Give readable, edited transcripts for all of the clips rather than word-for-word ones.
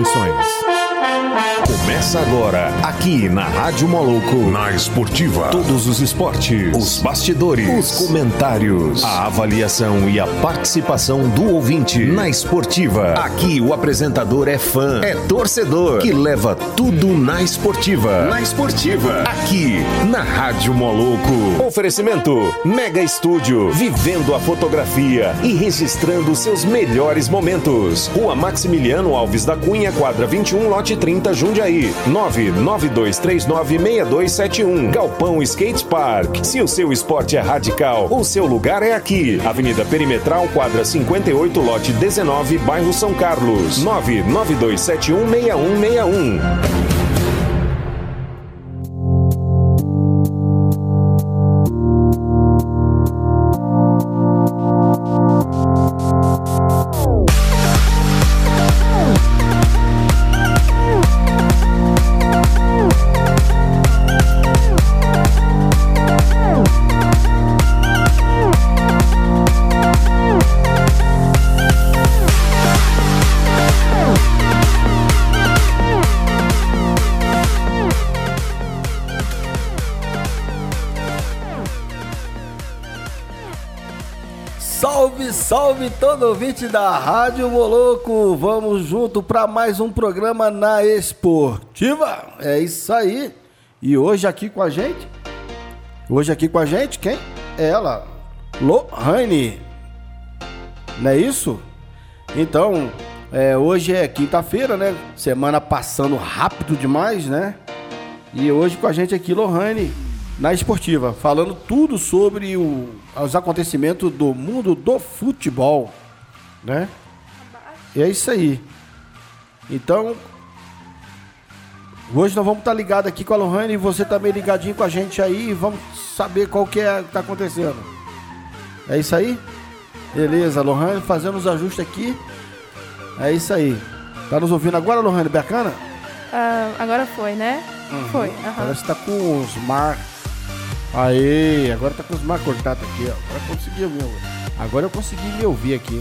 transmissões. Começa agora, aqui na Rádio Moloco, na Esportiva. Todos os esportes, os bastidores, os comentários, a avaliação e a participação do ouvinte na Esportiva. Aqui o apresentador é fã, é torcedor, que leva tudo na Esportiva. Na Esportiva, aqui na Rádio Moloco. Oferecimento Mega Estúdio, vivendo a fotografia e registrando seus melhores momentos. Rua Maximiliano Alves da Cunha, quadra 21, lote 30, Jundiaí. 992396271. Galpão Skate Park. Se o seu esporte é radical, o seu lugar é aqui. Avenida Perimetral, quadra 58, lote 19, bairro São Carlos. 992716161. Salve todo ouvinte da Rádio Moloco, vamos junto para mais um programa na Esportiva, é isso aí. E hoje aqui com a gente, quem? Ela, Lohane, não é isso? Então, hoje é quinta-feira, né? Semana passando rápido demais, né? E hoje com a gente aqui, Lohane, na Esportiva, falando tudo sobre os acontecimentos do mundo do futebol, né? E é isso aí. Então, hoje nós vamos estar ligados aqui com a Lohane e você também ligadinho com a gente aí e vamos saber qual que é que está acontecendo. É isso aí? Beleza, Lohane, fazendo os ajustes aqui. É isso aí. Tá nos ouvindo agora, Lohane? Bacana? Agora foi, né? Foi. Parece que tá com os mar. Aí, agora tá com os mar cortados aqui, ó. Agora eu consegui me ouvir aqui.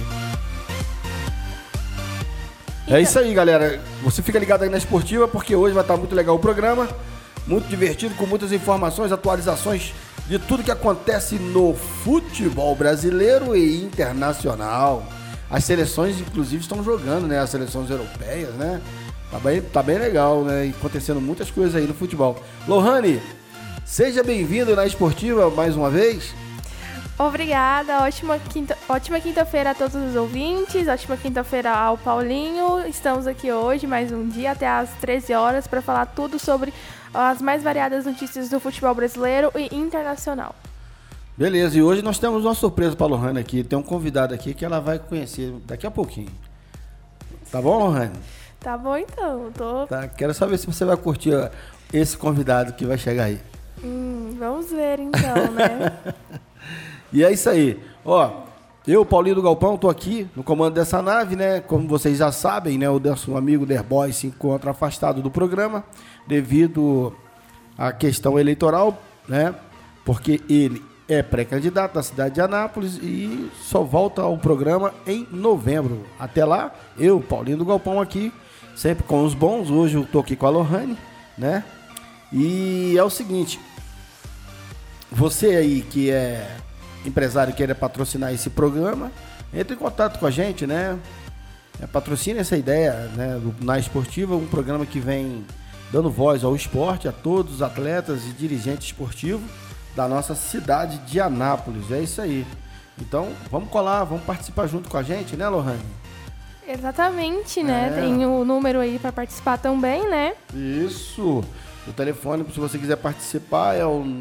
É isso aí, galera. Você fica ligado aí na Esportiva, porque hoje vai estar muito legal o programa. Muito divertido, com muitas informações, atualizações de tudo que acontece no futebol brasileiro e internacional. As seleções, inclusive, estão jogando, né? As seleções europeias, né? Tá bem legal, né? E acontecendo muitas coisas aí no futebol. Lohane, seja bem-vindo na Esportiva mais uma vez. Obrigada, ótima quinta-feira a todos os ouvintes, ótima quinta-feira ao Paulinho. Estamos aqui hoje, mais um dia, até às 13 horas, para falar tudo sobre as mais variadas notícias do futebol brasileiro e internacional. Beleza, e hoje nós temos uma surpresa para a Lohane aqui. Tem um convidado aqui que ela vai conhecer daqui a pouquinho. Tá bom, Lohane? Tá bom, então. Tá, quero saber se você vai curtir esse convidado que vai chegar aí. Vamos ver então, né? E é isso aí. Ó, eu, Paulinho do Galpão, tô aqui no comando dessa nave, né? Como vocês já sabem, né? O nosso amigo Derboy se encontra afastado do programa devido à questão eleitoral, né? Porque ele é pré-candidato da cidade de Anápolis e só volta ao programa em novembro. Até lá, eu, Paulinho do Galpão, aqui, sempre com os bons. Hoje eu tô aqui com a Lohane, né? E é o seguinte, você aí que é empresário e queira patrocinar esse programa, entre em contato com a gente, né? Patrocine essa ideia, né? Na Esportiva, um programa que vem dando voz ao esporte, a todos os atletas e dirigentes esportivos da nossa cidade de Anápolis. É isso aí. Então, vamos colar, vamos participar junto com a gente, né, Lohane? Exatamente, né? Tem o número aí para participar também, né? Isso. O telefone, se você quiser participar, é o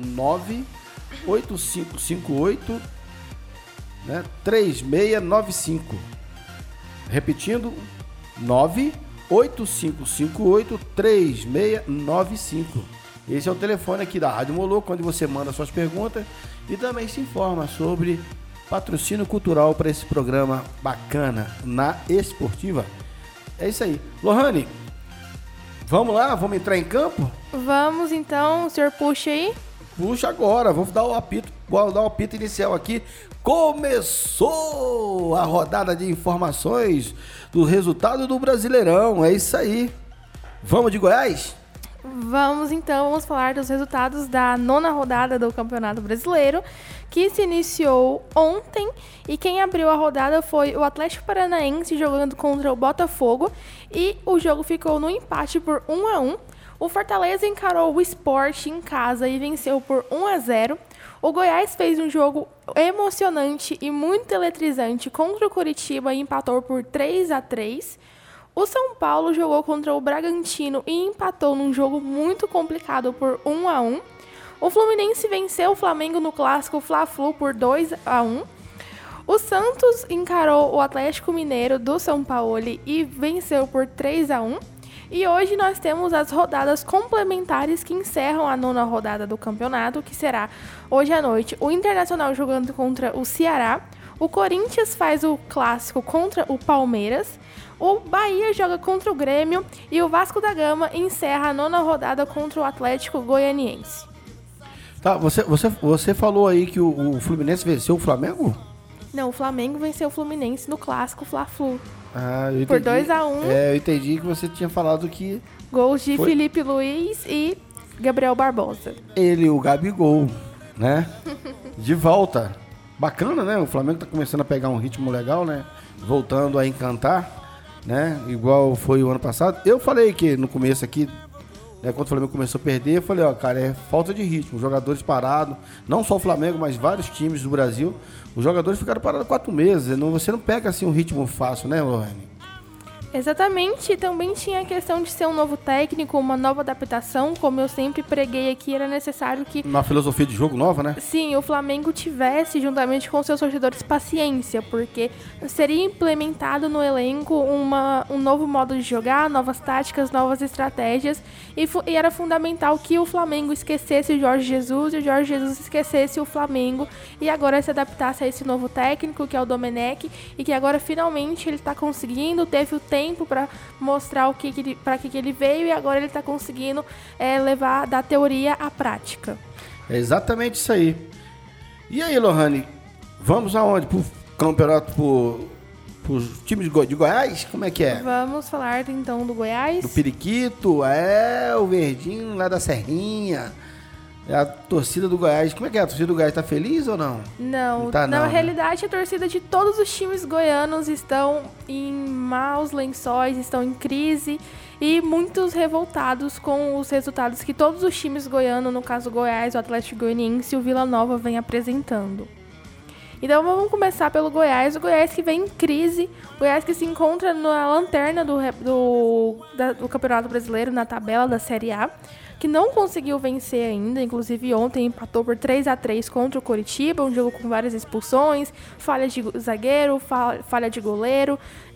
98558, né, 3695. Repetindo, 98558 3695. Esse é o telefone aqui da Rádio Moloco, onde você manda suas perguntas e também se informa sobre patrocínio cultural para esse programa bacana na Esportiva. É isso aí. Lohane, vamos lá? Vamos entrar em campo? Vamos então, o senhor puxa aí. Puxa agora, vou dar o apito Vou dar o apito inicial aqui. Começou a rodada de informações do resultado do Brasileirão. É isso aí. Vamos de Goiás? Vamos falar dos resultados da 9ª rodada do Campeonato Brasileiro, que se iniciou ontem, e quem abriu a rodada foi o Atlético Paranaense jogando contra o Botafogo, e o jogo ficou no empate por 1-1. O Fortaleza encarou o Sport em casa e venceu por 1-0. O Goiás fez um jogo emocionante e muito eletrizante contra o Coritiba e empatou por 3-3. O São Paulo jogou contra o Bragantino e empatou num jogo muito complicado por 1-1. O Fluminense venceu o Flamengo no clássico Fla-Flu por 2-1. O Santos encarou o Atlético Mineiro do São Paulo e venceu por 3-1. E hoje nós temos as rodadas complementares que encerram a 9ª rodada do campeonato, que será hoje à noite o Internacional jogando contra o Ceará. O Corinthians faz o clássico contra o Palmeiras. O Bahia joga contra o Grêmio e o Vasco da Gama encerra a 9ª rodada contra o Atlético Goianiense. Tá, você falou aí que o Fluminense venceu o Flamengo? Não, o Flamengo venceu o Fluminense no clássico Fla-Flu. Ah, eu entendi. Por 2-1. Eu entendi que você tinha falado que... Gols de Felipe Luiz e Gabriel Barbosa. Ele, o Gabigol, né? De volta. Bacana, né? O Flamengo tá começando a pegar um ritmo legal, né? Voltando a encantar, né? Igual foi o ano passado. Eu falei que no começo aqui, né, quando o Flamengo começou a perder, eu falei, ó, cara, é falta de ritmo. Jogadores parados, não só o Flamengo, mas vários times do Brasil. Os jogadores ficaram parados 4 meses. Você não pega assim um ritmo fácil, né, Lohane? Exatamente, também tinha a questão de ser um novo técnico, uma nova adaptação, como eu sempre preguei aqui, era necessário que... Uma filosofia de jogo nova, né? Sim, o Flamengo tivesse, juntamente com seus torcedores, paciência, porque seria implementado no elenco um novo modo de jogar, novas táticas, novas estratégias, e era fundamental que o Flamengo esquecesse o Jorge Jesus e o Jorge Jesus esquecesse o Flamengo, e agora se adaptasse a esse novo técnico, que é o Domenech, e que agora finalmente ele está conseguindo, teve o tempo para mostrar para que ele veio, e agora ele está conseguindo levar da teoria à prática. É exatamente isso aí. E aí, Lohane, vamos aonde? Pro campeonato, pros times de Goiás? Como é que é? Vamos falar então do Goiás. Do Periquito, o Verdinho lá da Serrinha. É a torcida do Goiás. Como é que é? A torcida do Goiás tá feliz ou não? Não, tá, na realidade a torcida de todos os times goianos estão em maus lençóis, estão em crise e muitos revoltados com os resultados que todos os times goianos, no caso o Goiás, o Atlético Goianiense e o Vila Nova vem apresentando. Então vamos começar pelo Goiás, o Goiás que vem em crise, o Goiás que se encontra na lanterna do Campeonato Brasileiro, na tabela da Série A, que não conseguiu vencer ainda, inclusive ontem empatou por 3-3 contra o Coritiba, um jogo com várias expulsões, falha de zagueiro, falha de goleiro,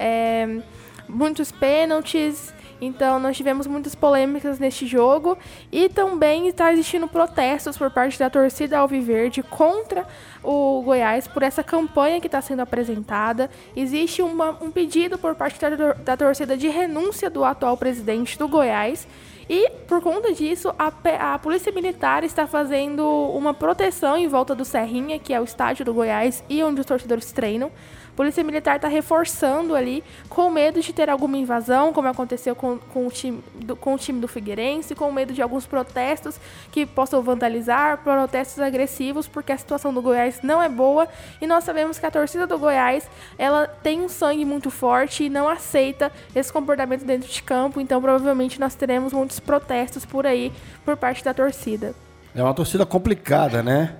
muitos pênaltis. Então nós tivemos muitas polêmicas neste jogo e também está existindo protestos por parte da torcida alviverde contra o Goiás por essa campanha que está sendo apresentada. Existe um pedido por parte da torcida de renúncia do atual presidente do Goiás. E, por conta disso, a Polícia Militar está fazendo uma proteção em volta do Serrinha, que é o estádio do Goiás e onde os torcedores treinam. A Polícia Militar está reforçando ali, com medo de ter alguma invasão, como aconteceu com o time do Figueirense, com medo de alguns protestos que possam vandalizar, protestos agressivos, porque a situação do Goiás não é boa. E nós sabemos que a torcida do Goiás, ela tem um sangue muito forte e não aceita esse comportamento dentro de campo. Então, provavelmente, nós teremos muitos protestos por aí, por parte da torcida. É uma torcida complicada, né?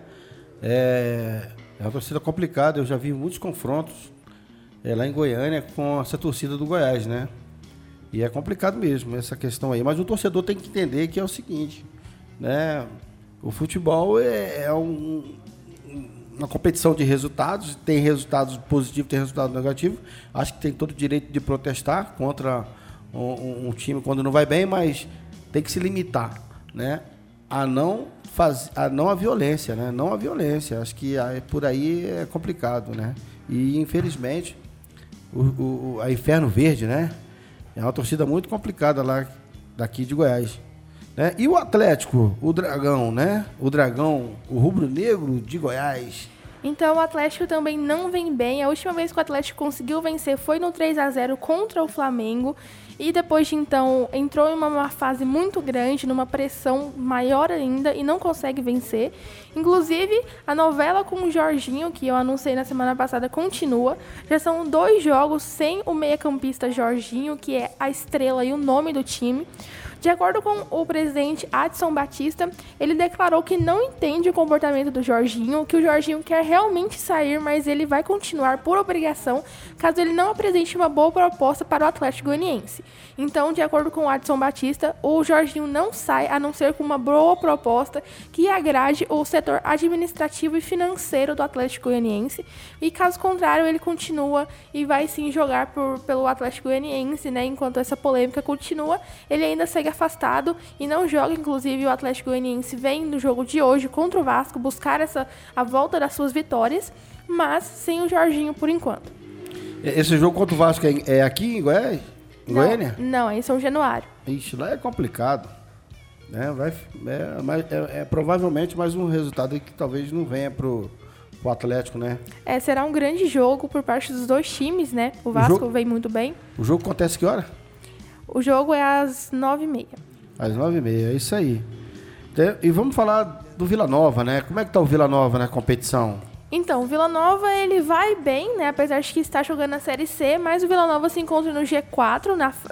É uma torcida complicada. Eu já vi muitos confrontos lá em Goiânia com essa torcida do Goiás, né? E é complicado mesmo essa questão aí. Mas o torcedor tem que entender que é o seguinte, né? O futebol é uma competição de resultados. Tem resultados positivos, tem resultados negativos. Acho que tem todo o direito de protestar contra um time quando não vai bem, mas tem que se limitar, né? A não a violência, né? Não a violência. Acho que por aí é complicado, né? E infelizmente a Inferno Verde, né? É uma torcida muito complicada lá daqui de Goiás. né? E o Atlético, o Dragão, né? O Dragão, o rubro-negro de Goiás. Então o Atlético também não vem bem. A última vez que o Atlético conseguiu vencer foi no 3-0 contra o Flamengo. E depois de então entrou em uma fase muito grande, numa pressão maior ainda e não consegue vencer. Inclusive, a novela com o Jorginho, que eu anunciei na semana passada, continua. Já são 2 jogos sem o meia-campista Jorginho, que é a estrela e o nome do time. De acordo com o presidente Adson Batista, ele declarou que não entende o comportamento do Jorginho, que o Jorginho quer realmente sair, mas ele vai continuar por obrigação caso ele não apresente uma boa proposta para o Atlético Goianiense. Então, de acordo com o Adson Batista, o Jorginho não sai a não ser com uma boa proposta que agrade o setor administrativo e financeiro do Atlético Goianiense. E caso contrário, ele continua e vai sim jogar pelo Atlético Goianiense, né? Enquanto essa polêmica continua, ele ainda segue afastado e não joga. Inclusive, o Atlético Goianiense vem no jogo de hoje contra o Vasco buscar a volta das suas vitórias, mas sem o Jorginho por enquanto. Esse jogo contra o Vasco é aqui em Goiás? Em Goiânia? Não, é em São Januário. Ixi, lá é complicado. Né? Provavelmente mais um resultado aí que talvez não venha pro Atlético, né? Será um grande jogo por parte dos 2 times, né? O Vasco vem muito bem. O jogo acontece que hora? O jogo é às 9h30. Às 9h30, é isso aí. E vamos falar do Vila Nova, né? Como é que tá o Vila Nova na competição? Então, o Vila Nova, ele vai bem, né? Apesar de que está jogando na Série C, mas o Vila Nova se encontra no G4,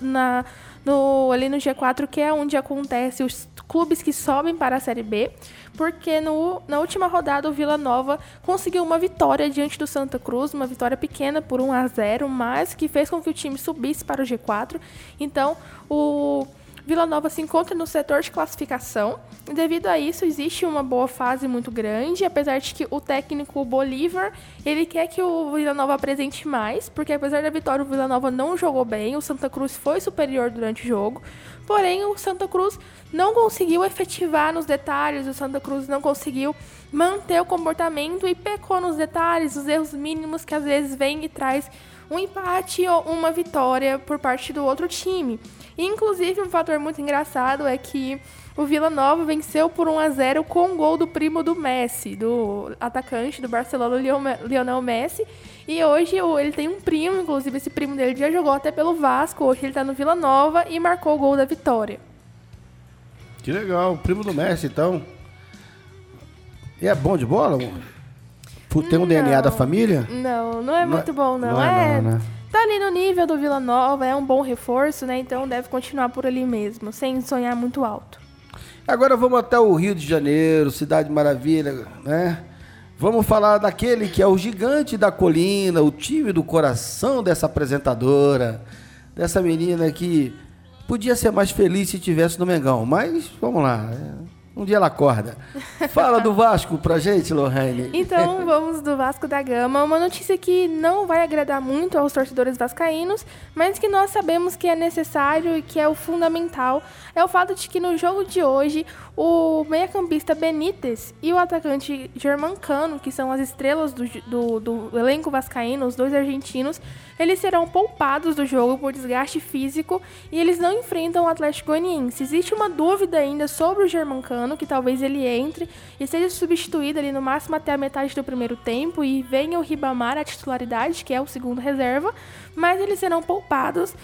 ali no G4, que é onde acontece os clubes que sobem para a Série B, porque na última rodada o Vila Nova conseguiu uma vitória diante do Santa Cruz, uma vitória pequena por 1-0, mas que fez com que o time subisse para o G4. Então, o Vila Nova se encontra no setor de classificação. E devido a isso, existe uma boa fase muito grande, apesar de que o técnico Bolívar, ele quer que o Vila Nova apresente mais, porque apesar da vitória, o Vila Nova não jogou bem, o Santa Cruz foi superior durante o jogo, porém o Santa Cruz não conseguiu efetivar nos detalhes, o Santa Cruz não conseguiu manter o comportamento e pecou nos detalhes, os erros mínimos que às vezes vem e traz um empate ou uma vitória por parte do outro time. E, inclusive, um fator muito engraçado é que o Vila Nova venceu por 1-0 com um gol do primo do Messi, do atacante do Barcelona, Lionel Messi. E hoje ele tem um primo, inclusive esse primo dele já jogou até pelo Vasco, hoje ele está no Vila Nova e marcou o gol da vitória. Que legal, o primo do Messi, então. E é bom de bola? Tem um DNA da família? Não é muito bom, não. Né? Tá ali no nível do Vila Nova, é um bom reforço, né? Então deve continuar por ali mesmo, sem sonhar muito alto. Agora vamos até o Rio de Janeiro, Cidade Maravilha, né? Vamos falar daquele que é o gigante da colina, o time do coração dessa apresentadora, dessa menina que podia ser mais feliz se tivesse no Mengão, mas vamos lá, um dia ela acorda. Fala do Vasco pra gente, Lohane. Então, vamos do Vasco da Gama. Uma notícia que não vai agradar muito aos torcedores vascaínos, mas que nós sabemos que é necessário e que é o fundamental. É o fato de que no jogo de hoje, o meia-campista Benítez e o atacante Germancano, que são as estrelas do elenco vascaíno, os 2 argentinos, eles serão poupados do jogo por desgaste físico e eles não enfrentam o Atlético Goianiense. Existe uma dúvida ainda sobre o Germancano, que talvez ele entre e seja substituído ali no máximo até a metade do primeiro tempo e venha o Ribamar à titularidade, que é o segundo reserva, mas eles serão poupados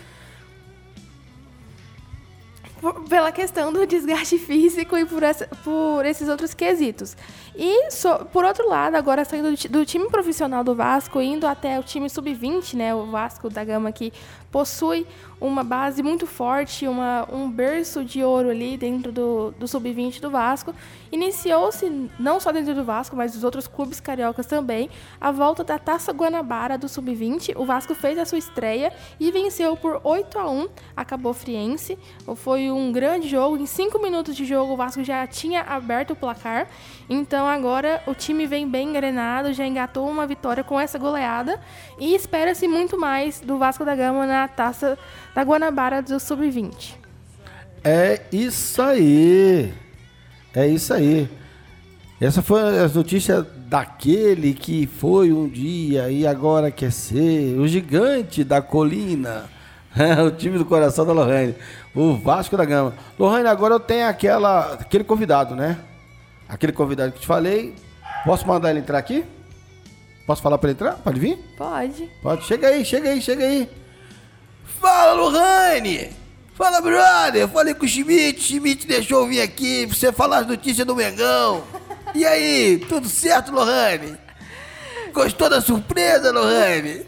pela questão do desgaste físico e por esses outros quesitos. E, por outro lado, agora saindo do time profissional do Vasco, indo até o time sub-20, né, o Vasco da Gama, que possui uma base muito forte, um berço de ouro ali dentro do sub-20 do Vasco. Iniciou-se, não só dentro do Vasco, mas dos outros clubes cariocas também, a volta da Taça Guanabara do sub-20. O Vasco fez a sua estreia e venceu por 8-1 a Cabofriense. Foi um grande jogo, em 5 minutos de jogo o Vasco já tinha aberto o placar. Então agora o time vem bem engrenado, já engatou uma vitória com essa goleada e espera-se muito mais do Vasco da Gama na Taça da Guanabara do Sub-20. É isso aí. É isso aí. Essa foi a notícia daquele que foi um dia e agora quer ser o gigante da colina, O time do coração da Lohane. O Vasco da Gama. Lohane, agora eu tenho aquele convidado, né? Aquele convidado que te falei. Posso mandar ele entrar aqui? Posso falar pra ele entrar? Pode vir? Pode. Pode. Chega aí. Fala, Lohane! Fala, brother! Eu falei com o Schmidt deixou eu vir aqui pra você falar as notícias do Mengão. E aí, tudo certo, Lohane? Gostou da surpresa, Lohane?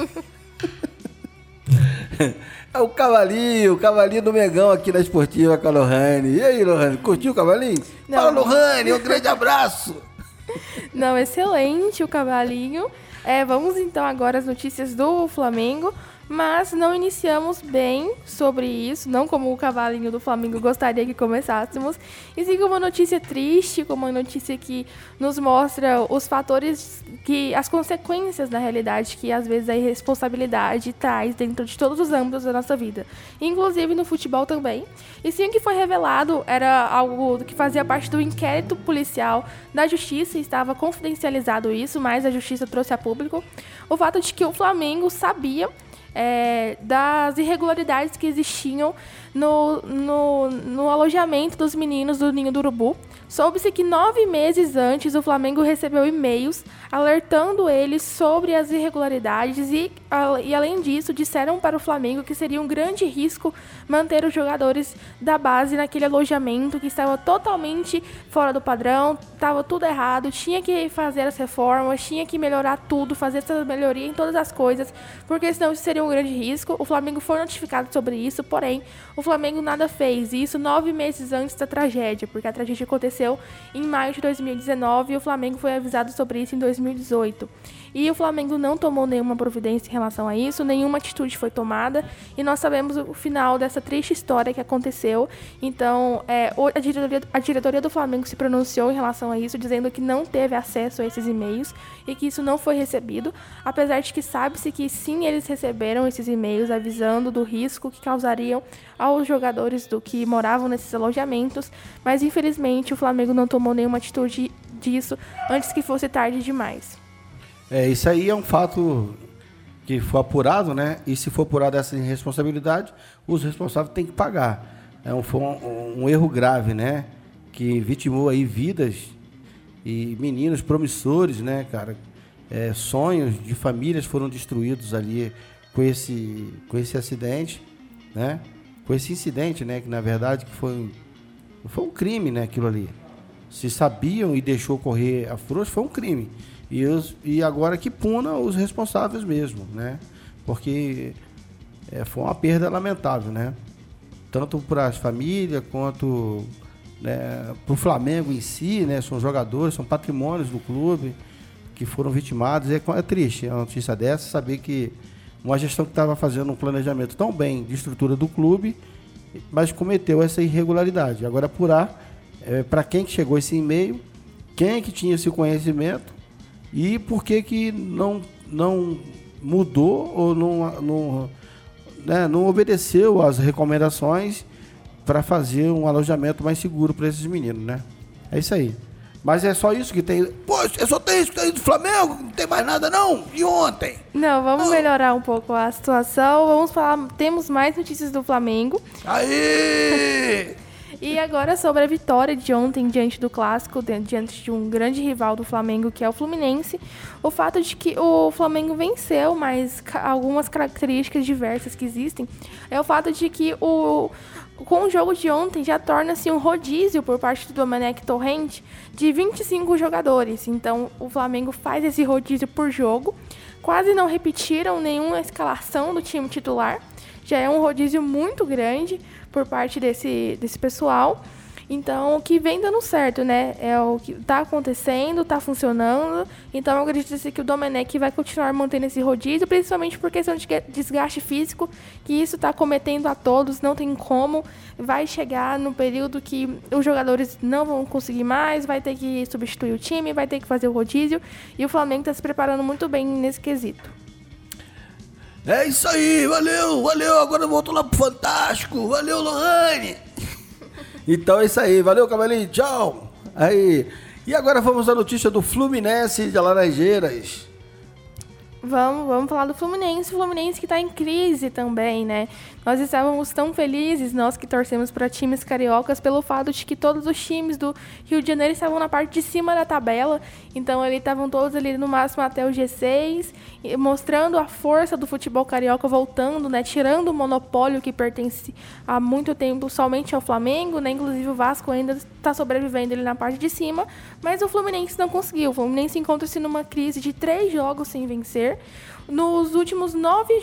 É o cavalinho do Mengão aqui na Esportiva com a Lohane. E aí, Lohane, curtiu o cavalinho? Não. Fala, Lohane, um grande abraço. Não, excelente o cavalinho. Vamos então agora às notícias do Flamengo. Mas não iniciamos bem sobre isso, não como o cavalinho do Flamengo gostaria que começássemos, e sim com uma notícia triste, com uma notícia que nos mostra os fatores, as consequências na realidade que às vezes a irresponsabilidade traz dentro de todos os âmbitos da nossa vida, inclusive no futebol também. E sim, o que foi revelado era algo que fazia parte do inquérito policial da Justiça, e estava confidencializado isso, mas a Justiça trouxe a público o fato de que o Flamengo sabia das irregularidades que existiam no alojamento dos meninos do Ninho do Urubu. Soube-se que 9 meses antes o Flamengo recebeu e-mails alertando eles sobre as irregularidades e além disso, disseram para o Flamengo que seria um grande risco manter os jogadores da base naquele alojamento que estava totalmente fora do padrão, estava tudo errado, tinha que fazer as reformas, tinha que melhorar tudo, fazer essa melhoria em todas as coisas, porque senão isso seria um grande risco. O Flamengo foi notificado sobre isso, porém, o Flamengo nada fez, e isso 9 meses antes da tragédia, porque a tragédia aconteceu em maio de 2019 e o Flamengo foi avisado sobre isso em 2018. E o Flamengo não tomou nenhuma providência em relação a isso, nenhuma atitude foi tomada, e nós sabemos o final dessa triste história que aconteceu. Então, a diretoria do Flamengo se pronunciou em relação a isso, dizendo que não teve acesso a esses e-mails e que isso não foi recebido, apesar de que sabe-se que sim, eles receberam esses e-mails avisando do risco que causariam aos jogadores que moravam nesses alojamentos, mas infelizmente o Flamengo não tomou nenhuma atitude disso antes que fosse tarde demais. Isso aí é um fato que foi apurado, né? E se for apurada essa irresponsabilidade, os responsáveis têm que pagar. Foi um erro grave, né? Que vitimou aí vidas e meninos promissores, né, cara? Sonhos de famílias foram destruídos ali com esse acidente, né? Com esse incidente, né? Que na verdade foi um crime, né? Aquilo ali. Se sabiam e deixou correr a frouxa, foi um crime. E agora que puna os responsáveis mesmo, né? Porque foi uma perda lamentável, né? Tanto para as famílias quanto para o Flamengo em si, né? São jogadores, são patrimônios do clube que foram vitimados. É triste a notícia dessa, saber que uma gestão que estava fazendo um planejamento tão bem de estrutura do clube, mas cometeu essa irregularidade. Agora apurar para quem que chegou esse e-mail, quem que tinha esse conhecimento, e por que não mudou ou não obedeceu às recomendações para fazer um alojamento mais seguro para esses meninos, né? É isso aí. Mas é só isso que tem. Pô, só tem isso que tem do Flamengo? Não tem mais nada não? E ontem? Não, vamos melhorar um pouco a situação. Vamos falar, temos mais notícias do Flamengo. Aí! E agora sobre a vitória de ontem diante do Clássico, diante de um grande rival do Flamengo, que é o Fluminense. O fato de que o Flamengo venceu, mas algumas características diversas que existem, é o fato de que com o jogo de ontem já torna-se um rodízio por parte do Domenech Torrent de 25 jogadores. Então o Flamengo faz esse rodízio por jogo. Quase não repetiram nenhuma escalação do time titular. Já é um rodízio muito grande por parte desse pessoal. Então, o que vem dando certo, né? É o que está acontecendo, está funcionando. Então, eu acredito que o Domenech vai continuar mantendo esse rodízio, principalmente por questão de desgaste físico, que isso está cometendo a todos, não tem como. Vai chegar no período que os jogadores não vão conseguir mais, vai ter que substituir o time, vai ter que fazer o rodízio. E o Flamengo está se preparando muito bem nesse quesito. É isso aí, valeu, agora eu volto lá pro Fantástico, valeu, Lohane. Então é isso aí, valeu, cavalinho, tchau. Aí, e agora vamos à notícia do Fluminense de Laranjeiras. Vamos falar do Fluminense. O Fluminense que está em crise também, né? Nós estávamos tão felizes, nós que torcemos para times cariocas, pelo fato de que todos os times do Rio de Janeiro estavam na parte de cima da tabela. Então, eles estavam todos ali no máximo até o G6, mostrando a força do futebol carioca voltando, né? Tirando o monopólio que pertence há muito tempo somente ao Flamengo, né? Inclusive, o Vasco ainda está sobrevivendo ali na parte de cima, mas o Fluminense não conseguiu. O Fluminense encontra-se numa crise de 3 jogos sem vencer. Nos últimos 9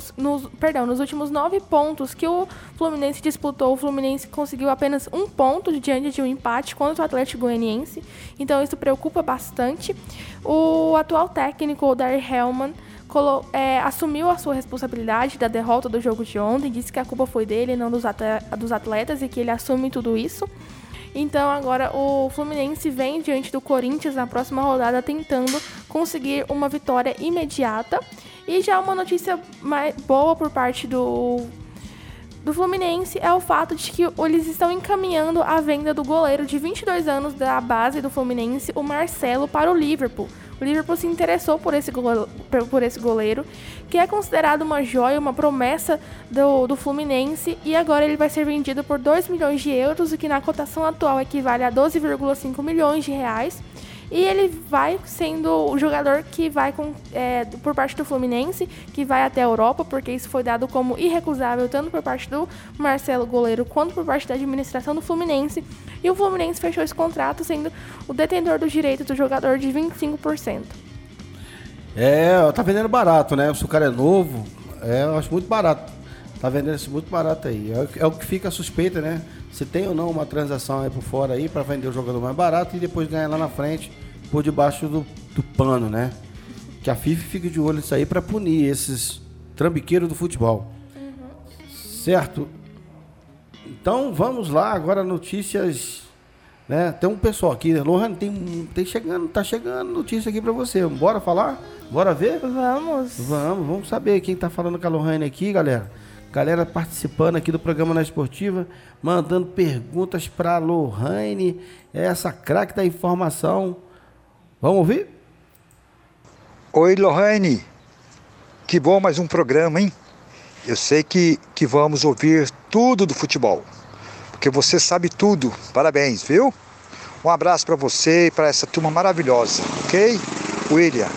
pontos que o Fluminense disputou, o Fluminense conseguiu apenas 1 ponto diante de um empate contra o Atlético Goianiense. Então, isso preocupa bastante. O atual técnico, o Odair Hellmann, assumiu a sua responsabilidade da derrota do jogo de ontem, disse que a culpa foi dele, não dos atletas, e que ele assume tudo isso. Então, agora o Fluminense vem diante do Corinthians na próxima rodada tentando conseguir uma vitória imediata. E já uma notícia mais boa por parte do Fluminense é o fato de que eles estão encaminhando a venda do goleiro de 22 anos da base do Fluminense, o Marcelo, para o Liverpool. O Liverpool se interessou por esse goleiro, que é considerado uma joia, uma promessa do Fluminense, e agora ele vai ser vendido por 2 milhões de euros, o que na cotação atual equivale a 12,5 milhões de reais. E ele vai sendo o jogador que vai, por parte do Fluminense, que vai até a Europa, porque isso foi dado como irrecusável, tanto por parte do Marcelo, goleiro, quanto por parte da administração do Fluminense. E o Fluminense fechou esse contrato, sendo o detentor dos direitos do jogador de 25%. Tá vendendo barato, né? Se o cara é novo, eu acho muito barato. Tá vendendo isso muito barato aí. É o que fica a suspeita, né? Se tem ou não uma transação aí por fora aí para vender o jogador mais barato e depois ganhar lá na frente por debaixo do pano, né? Que a FIFA fica de olho nisso aí para punir esses trambiqueiros do futebol. Certo? Então vamos lá, agora notícias, né? Tem um pessoal aqui, né? Lohane, tá chegando notícia aqui para você. Bora falar? Bora ver? Vamos saber quem tá falando com a Lohane aqui, galera. Galera participando aqui do programa Na Esportiva, mandando perguntas para a Lohane, essa craque da informação. Vamos ouvir? Oi, Lohane. Que bom mais um programa, hein? Eu sei que vamos ouvir tudo do futebol, porque você sabe tudo. Parabéns, viu? Um abraço para você e para essa turma maravilhosa, ok? William.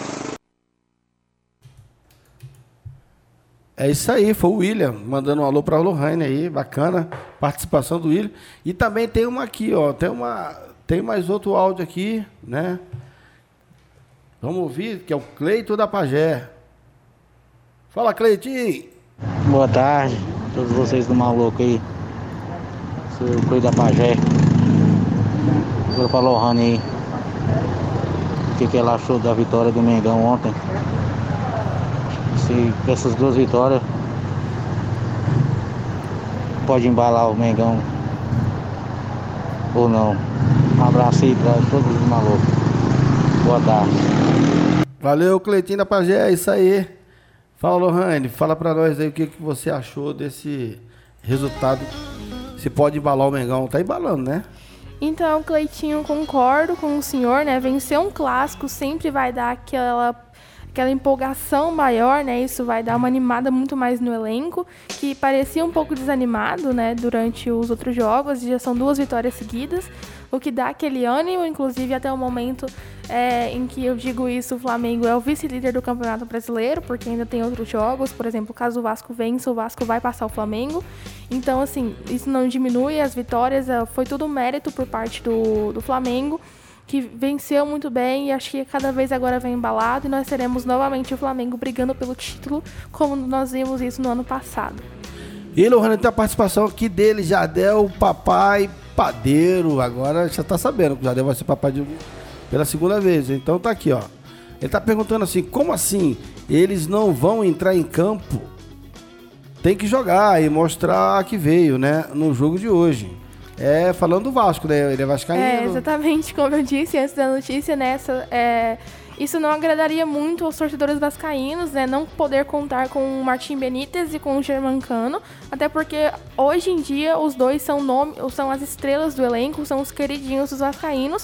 É isso aí, foi o William, mandando um alô para a Lohane aí, bacana, participação do William. E também tem uma aqui, ó, tem mais outro áudio aqui, né? Vamos ouvir, que é o Cleito da Pagé. Fala, Cleitinho! Boa tarde, todos vocês do maluco aí. Sou o Cleito da Pagé. Vou para a Lohane aí. O que ela achou da vitória do Mengão ontem? Se essas 2 vitórias pode embalar o Mengão ou não. Um abraço aí para todos os malucos. Boa tarde. Valeu, Cleitinho da Pagé, é isso aí. Fala, Lohane, fala para nós aí o que você achou desse resultado. Se pode embalar o Mengão, tá embalando, né? Então, Cleitinho, concordo com o senhor, né? Vencer um clássico sempre vai dar aquela empolgação maior, né? Isso vai dar uma animada muito mais no elenco, que parecia um pouco desanimado, né? Durante os outros jogos, já são 2 vitórias seguidas, o que dá aquele ânimo, inclusive até o momento em que eu digo isso, o Flamengo é o vice-líder do Campeonato Brasileiro, porque ainda tem outros jogos, por exemplo, caso o Vasco vença, o Vasco vai passar o Flamengo. Então, assim, isso não diminui as vitórias, foi tudo mérito por parte do Flamengo, que venceu muito bem e acho que cada vez agora vem embalado e nós teremos novamente o Flamengo brigando pelo título, como nós vimos isso no ano passado. E Lohane, tem a participação aqui dele, Jardel, papai padeiro. Agora já tá sabendo que o Jardel vai ser papai pela 2ª vez. Então tá aqui, ó. Ele tá perguntando assim, como assim eles não vão entrar em campo? Tem que jogar e mostrar que veio, né, no jogo de hoje. Falando do Vasco, né? Ele é vascaíno. Exatamente, como eu disse antes da notícia, isso não agradaria muito aos torcedores vascaínos, né? Não poder contar com o Martim Benítez e com o Germancano, até porque hoje em dia os dois são as estrelas do elenco, são os queridinhos dos vascaínos.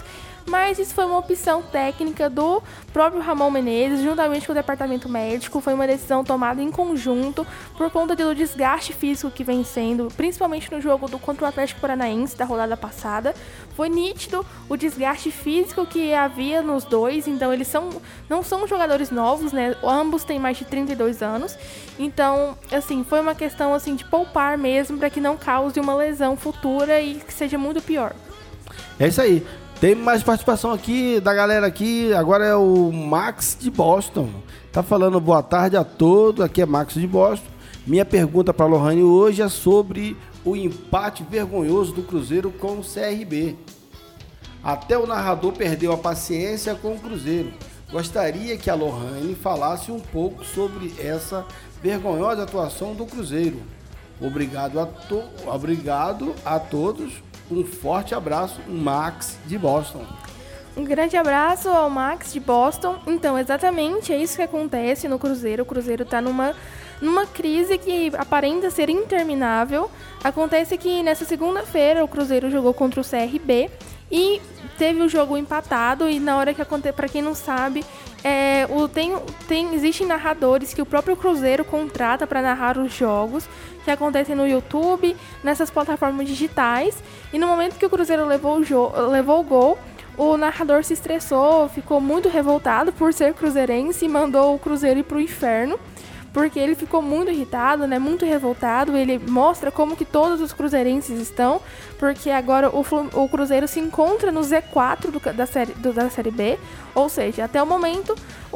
mas isso foi uma opção técnica do próprio Ramon Menezes, juntamente com o departamento médico. Foi uma decisão tomada em conjunto por conta do desgaste físico que vem sendo, principalmente no jogo contra o Atlético Paranaense da rodada passada. Foi nítido o desgaste físico que havia nos dois, então eles não são jogadores novos, né? Ambos têm mais de 32 anos. Então, assim, foi uma questão assim de poupar mesmo para que não cause uma lesão futura e que seja muito pior. É isso aí. Tem mais participação aqui da galera aqui. Agora é o Max de Boston. Tá falando boa tarde a todos. Aqui é Max de Boston. Minha pergunta para a Lohane hoje é sobre o empate vergonhoso do Cruzeiro com o CRB. Até o narrador perdeu a paciência com o Cruzeiro. Gostaria que a Lohane falasse um pouco sobre essa vergonhosa atuação do Cruzeiro. Obrigado a todos. Um forte abraço, Max de Boston. Um grande abraço ao Max de Boston. Então, exatamente, é isso que acontece no Cruzeiro. O Cruzeiro está numa crise que aparenta ser interminável. Acontece que nessa segunda-feira o Cruzeiro jogou contra o CRB e teve o jogo empatado. E na hora que acontece, para quem não sabe, existem narradores que o próprio Cruzeiro contrata para narrar os jogos que acontecem no YouTube, nessas plataformas digitais. E no momento que o Cruzeiro levou o gol, o narrador se estressou, ficou muito revoltado por ser cruzeirense e mandou o Cruzeiro ir pro inferno, porque ele ficou muito irritado, né, muito revoltado. Ele mostra como que todos os cruzeirenses estão, porque agora o Cruzeiro se encontra no Z4 da Série B, ou seja, até o momento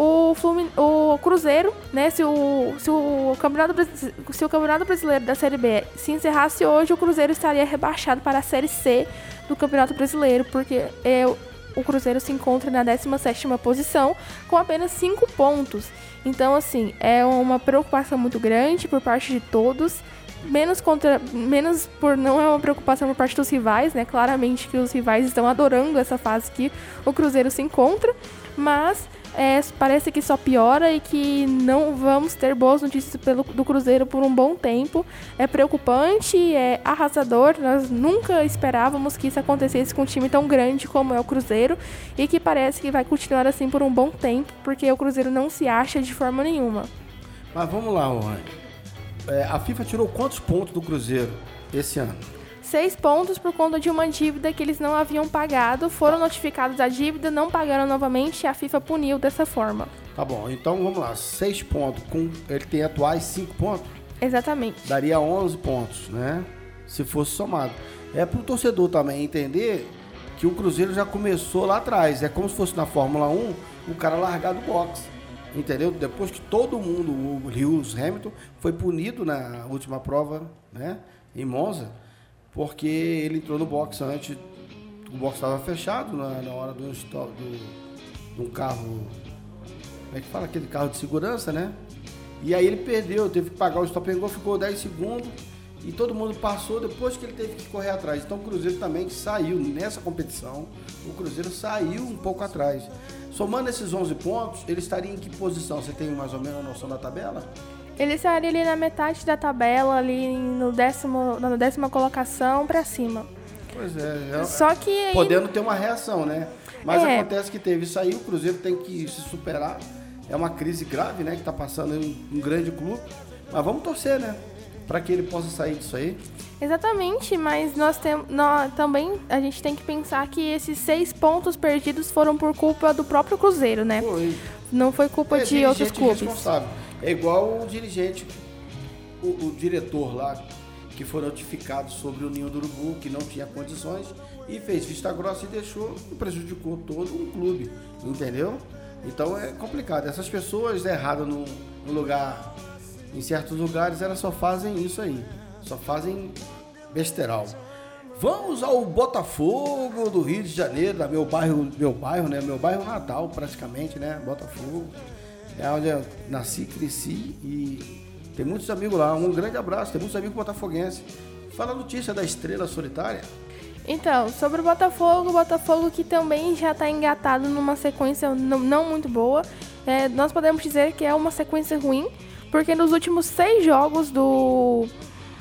o Cruzeiro, né, se o Campeonato Brasileiro da Série B se encerrasse hoje, o Cruzeiro estaria rebaixado para a Série C do Campeonato Brasileiro, porque o Cruzeiro se encontra na 17ª posição com apenas 5 pontos. Então, assim, é uma preocupação muito grande por parte de todos, menos por não é uma preocupação por parte dos rivais, né? Claramente que os rivais estão adorando essa fase que o Cruzeiro se encontra, mas parece que só piora e que não vamos ter boas notícias do Cruzeiro por um bom tempo. É preocupante, é arrasador. Nós nunca esperávamos que isso acontecesse com um time tão grande como é o Cruzeiro e que parece que vai continuar assim por um bom tempo, porque o Cruzeiro não se acha de forma nenhuma. Mas vamos lá, Rony. A FIFA tirou quantos pontos do Cruzeiro esse ano? 6 pontos por conta de uma dívida que eles não haviam pagado. Foram notificados da dívida, não pagaram novamente e a FIFA puniu dessa forma. Tá bom, então vamos lá. 6 pontos, ele tem atuais 5 pontos? Exatamente. Daria 11 pontos, né? Se fosse somado. É pro torcedor também entender que o Cruzeiro já começou lá atrás. É como se fosse na Fórmula 1, o cara largar do boxe. Entendeu? Depois que todo mundo, o Lewis Hamilton, foi punido na última prova, né? Em Monza. Porque ele entrou no box antes, o box estava fechado na hora de um carro, como é que fala? Aquele carro de segurança, né? E aí ele perdeu, teve que pagar o stop and go, ficou 10 segundos e todo mundo passou depois que ele teve que correr atrás. Então o Cruzeiro também saiu nessa competição, o Cruzeiro saiu um pouco atrás. Somando esses 11 pontos, ele estaria em que posição? Você tem mais ou menos a noção da tabela? Ele estaria ali na metade da tabela, ali na 10ª colocação pra cima. Pois é. Só que podendo ter uma reação, né? Mas acontece que teve isso aí, o Cruzeiro tem que se superar. É uma crise grave, né? Que tá passando em um grande clube. Mas vamos torcer, né? Para que ele possa sair disso aí. Exatamente, mas também a gente tem que pensar que esses 6 pontos perdidos foram por culpa do próprio Cruzeiro, né? Foi. Não foi culpa de outros clubes. Responsável. É igual o dirigente, o diretor lá, que foi notificado sobre o Ninho do Urubu, que não tinha condições, e fez vista grossa e deixou, e prejudicou todo um clube, entendeu? Então é complicado. Essas pessoas erradas no lugar, em certos lugares, elas só fazem isso aí, só fazem besteirol. Vamos ao Botafogo do Rio de Janeiro, meu bairro, né? Meu bairro natal, praticamente, né? Botafogo. É onde eu nasci, cresci e tem muitos amigos lá. Um grande abraço, tem muitos amigos botafoguenses. Fala a notícia da Estrela Solitária. Então, sobre o Botafogo que também já está engatado numa sequência não muito boa. Nós podemos dizer que é uma sequência ruim, porque nos últimos 6 jogos do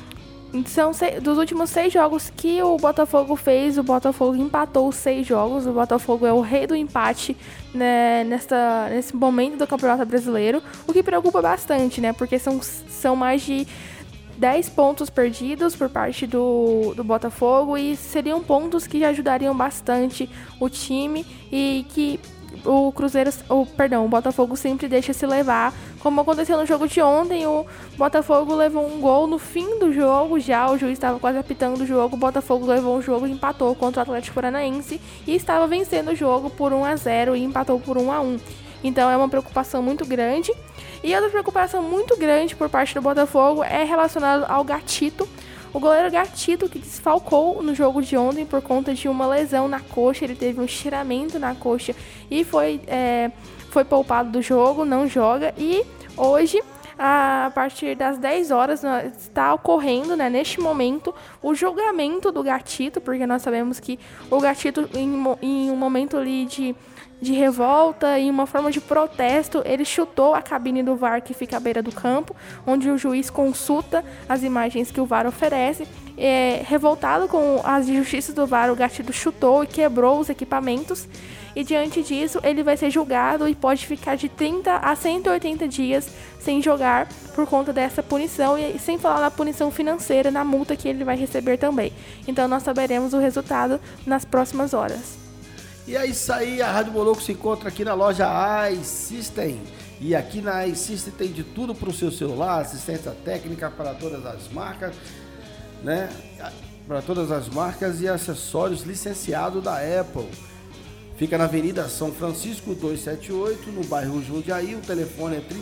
Dos últimos 6 jogos que o Botafogo fez, o Botafogo empatou os 6 jogos. O Botafogo é o rei do empate, né, nesse momento do Campeonato Brasileiro, o que preocupa bastante, né? Porque são mais de 10 pontos perdidos por parte do Botafogo, e seriam pontos que ajudariam bastante o time, e que o Botafogo sempre deixa se levar, como aconteceu no jogo de ontem. O Botafogo levou um gol no fim do jogo, já o juiz estava quase apitando o jogo, o Botafogo levou um jogo e empatou contra o Atlético Paranaense, e estava vencendo o jogo por 1-0 e empatou por 1-1. Então é uma preocupação muito grande. E outra preocupação muito grande por parte do Botafogo é relacionada ao Gatito. O goleiro Gatito, que desfalcou no jogo de ontem por conta de uma lesão na coxa. Ele teve um estiramento na coxa e foi poupado do jogo, não joga. E hoje, a partir das 10 horas, está ocorrendo, né, neste momento, o julgamento do Gatito, porque nós sabemos que o Gatito, em um momento ali de revolta e uma forma de protesto, ele chutou a cabine do VAR que fica à beira do campo, onde o juiz consulta as imagens que o VAR oferece. Revoltado com as injustiças do VAR, o Gatito chutou e quebrou os equipamentos, e diante disso ele vai ser julgado e pode ficar de 30 a 180 dias sem jogar por conta dessa punição, e sem falar na punição financeira, na multa que ele vai receber também. Então nós saberemos o resultado nas próximas horas. E é isso aí, a Rádio Moloco se encontra aqui na loja iSystem. E aqui na iSystem tem de tudo para o seu celular, assistência técnica para todas as marcas, né? Para todas as marcas e acessórios licenciados da Apple. Fica na Avenida São Francisco 278, no bairro Jundiaí. O telefone é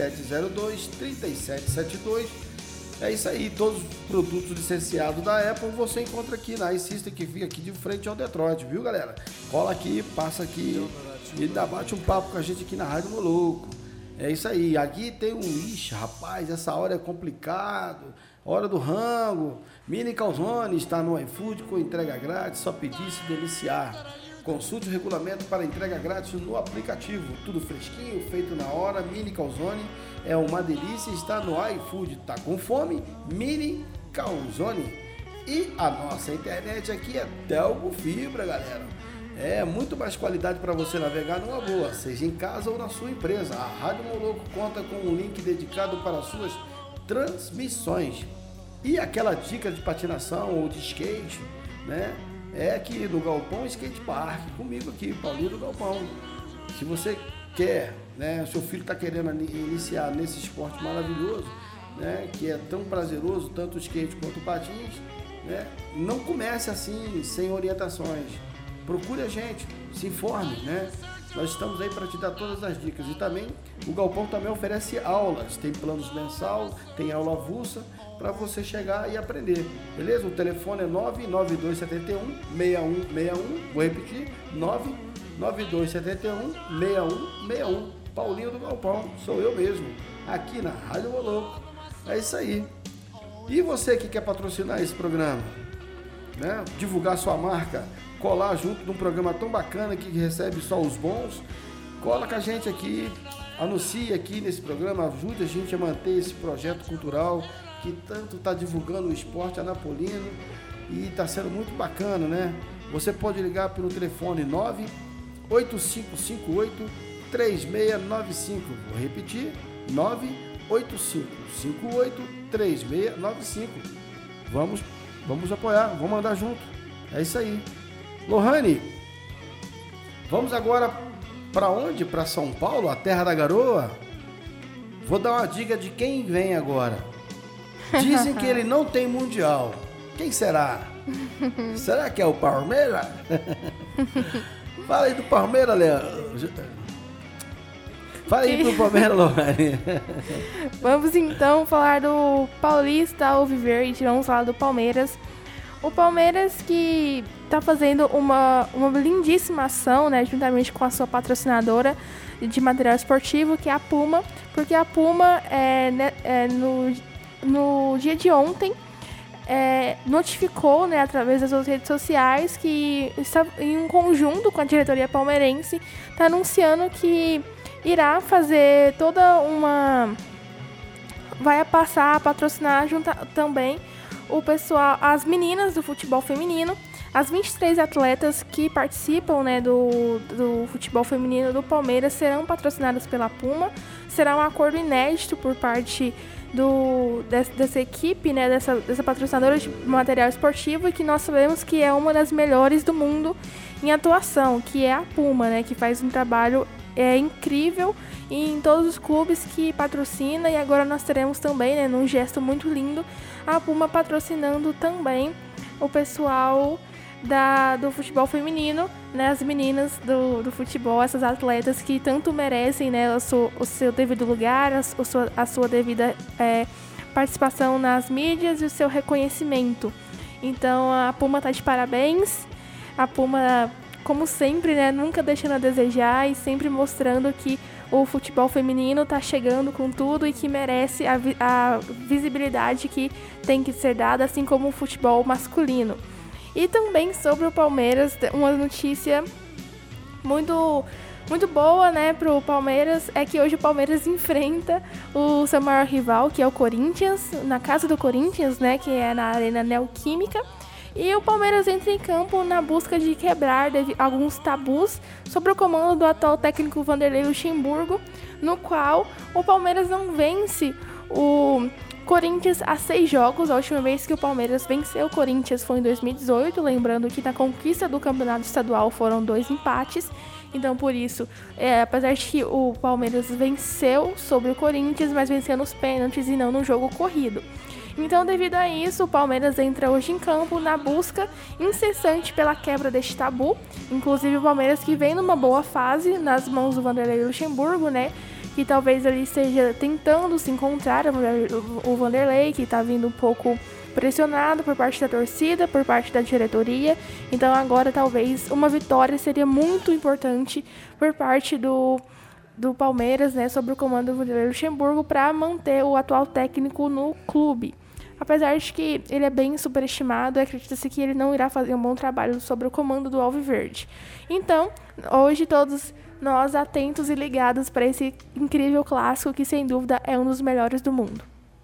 3702-3772. É isso aí, todos os produtos licenciados da Apple você encontra aqui na iSystem, que fica aqui de frente ao Detroit, viu, galera? Cola aqui, passa aqui e ainda bate um papo com a gente aqui na Rádio Moloco. É isso aí, aqui tem ixi, rapaz, essa hora é complicado, hora do rango. Mini Calzone está no iFood com entrega grátis, só pedir e se deliciar. Consulte o regulamento para entrega grátis no aplicativo. Tudo fresquinho, feito na hora. Mini Calzone é uma delícia, está no iFood. Tá com fome? Mini Calzone. E a nossa internet aqui é Telgo Fibra, galera. É muito mais qualidade para você navegar numa boa, seja em casa ou na sua empresa. A Rádio Moloco conta com um link dedicado para suas transmissões. E aquela dica de patinação ou de skate, né? É aqui no Galpão Skate Park, comigo aqui, Paulinho do Galpão. Se você quer, né, seu filho está querendo iniciar nesse esporte maravilhoso, né, que é tão prazeroso, tanto o skate quanto o patins, né, não comece assim, sem orientações. Procure a gente, se informe, né? Nós estamos aí para te dar todas as dicas. E também, o Galpão também oferece aulas, tem planos mensal, tem aula avulsa, para você chegar e aprender, beleza? O telefone é 99271-6161, vou repetir, 99271-6161, Paulinho do Galpão, sou eu mesmo, aqui na Rádio Moloco. É isso aí. E você que quer patrocinar esse programa, né? Divulgar sua marca, colar junto de um programa tão bacana que recebe só os bons, cola com a gente aqui, anuncie aqui nesse programa, ajude a gente a manter esse projeto cultural que tanto está divulgando o esporte anapolino e está sendo muito bacana, né? Você pode ligar pelo telefone 98558-3695. Vou repetir, 98558-3695. Vamos apoiar, vamos andar junto. É isso aí. Lohane, vamos agora para onde? Para São Paulo, a terra da garoa? Vou dar uma dica de quem vem agora. Dizem que ele não tem mundial. Quem será? Será que é o Palmeiras? Fala aí do Palmeiras, Léo. Fala aí do Palmeiras, Lohane. Vamos então falar do Paulista Alviverde, vamos falar do Palmeiras. O Palmeiras que está fazendo uma lindíssima ação, né, juntamente com a sua patrocinadora de material esportivo, que é a Puma, porque a Puma no dia de ontem notificou, né, através das suas redes sociais, que está em um conjunto com a diretoria palmeirense, está anunciando que irá fazer vai passar a patrocinar também o pessoal, as meninas do futebol feminino, as 23 atletas que participam, né, do futebol feminino do Palmeiras serão patrocinadas pela Puma. Será um acordo inédito por parte dessa equipe, né, dessa patrocinadora de material esportivo, e que nós sabemos que é uma das melhores do mundo em atuação, que é a Puma, né, que faz um trabalho incrível em todos os clubes que patrocina. E agora nós teremos também, né, num gesto muito lindo, a Puma patrocinando também o pessoal do futebol feminino, né, as meninas do futebol, essas atletas que tanto merecem, né, o seu devido lugar, a sua devida participação nas mídias e o seu reconhecimento. Então a Puma tá de parabéns, a Puma, como sempre, né, nunca deixando a desejar e sempre mostrando que o futebol feminino está chegando com tudo e que merece a visibilidade que tem que ser dada, assim como o futebol masculino. E também sobre o Palmeiras, uma notícia muito, muito boa, né, para o Palmeiras, é que hoje o Palmeiras enfrenta o seu maior rival, que é o Corinthians, na casa do Corinthians, né, que é na Arena Neoquímica. E o Palmeiras entra em campo na busca de quebrar alguns tabus sobre o comando do atual técnico Vanderlei Luxemburgo, no qual o Palmeiras não vence o Corinthians há 6 jogos. A última vez que o Palmeiras venceu o Corinthians foi em 2018, lembrando que na conquista do campeonato estadual foram 2 empates. Então, por isso, apesar de que o Palmeiras venceu sobre o Corinthians, mas venceu nos pênaltis e não no jogo corrido. Então, devido a isso, o Palmeiras entra hoje em campo na busca incessante pela quebra deste tabu. Inclusive, o Palmeiras, que vem numa boa fase nas mãos do Vanderlei Luxemburgo, né, que talvez ele esteja tentando se encontrar, o Vanderlei, que está vindo um pouco pressionado por parte da torcida, por parte da diretoria. Então agora talvez uma vitória seria muito importante por parte do Palmeiras, né, sobre o comando do Vanderlei Luxemburgo, para manter o atual técnico no clube. Apesar de que ele é bem superestimado, acredita-se que ele não irá fazer um bom trabalho sobre o comando do Alviverde. Então, hoje todos nós atentos e ligados para esse incrível clássico que, sem dúvida, é um dos melhores do mundo.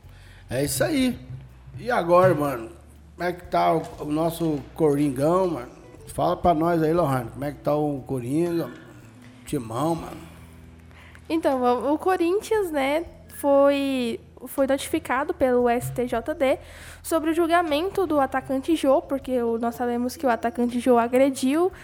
É isso aí. E agora, mano, como é que tá o nosso Coringão, mano? Fala pra nós aí, Lohane, como é que tá o Coringa, Timão, mano? Então, o Corinthians, né, foi notificado pelo STJD sobre o julgamento do atacante Jô, porque nós sabemos que o atacante Jô agrediu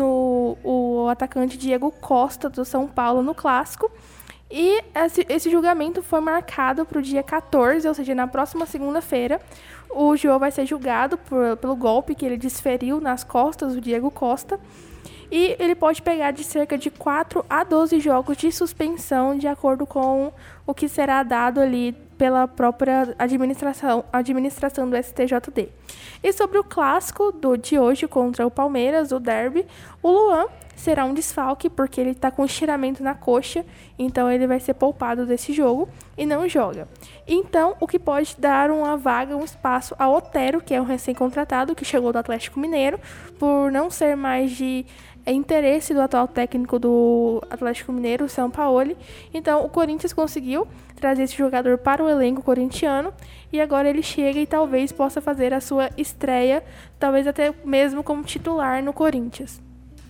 o atacante Diego Costa do São Paulo no Clássico. E esse julgamento foi marcado para o dia 14, ou seja, na próxima segunda-feira. O Jô vai ser julgado pelo golpe que ele desferiu nas costas do Diego Costa. E ele pode pegar de cerca de 4 a 12 jogos de suspensão, de acordo com o que será dado ali pela própria administração do STJD. E sobre o clássico de hoje contra o Palmeiras, o derby, o Luan será um desfalque, porque ele está com estiramento na coxa, então ele vai ser poupado desse jogo e não joga. Então, o que pode dar uma vaga, um espaço a Otero, que é um recém-contratado, que chegou do Atlético Mineiro, por não ser mais de interesse do atual técnico do Atlético Mineiro, o Sampaoli. Então, o Corinthians conseguiu trazer esse jogador para o elenco corintiano, e agora ele chega e talvez possa fazer a sua estreia, talvez até mesmo como titular no Corinthians.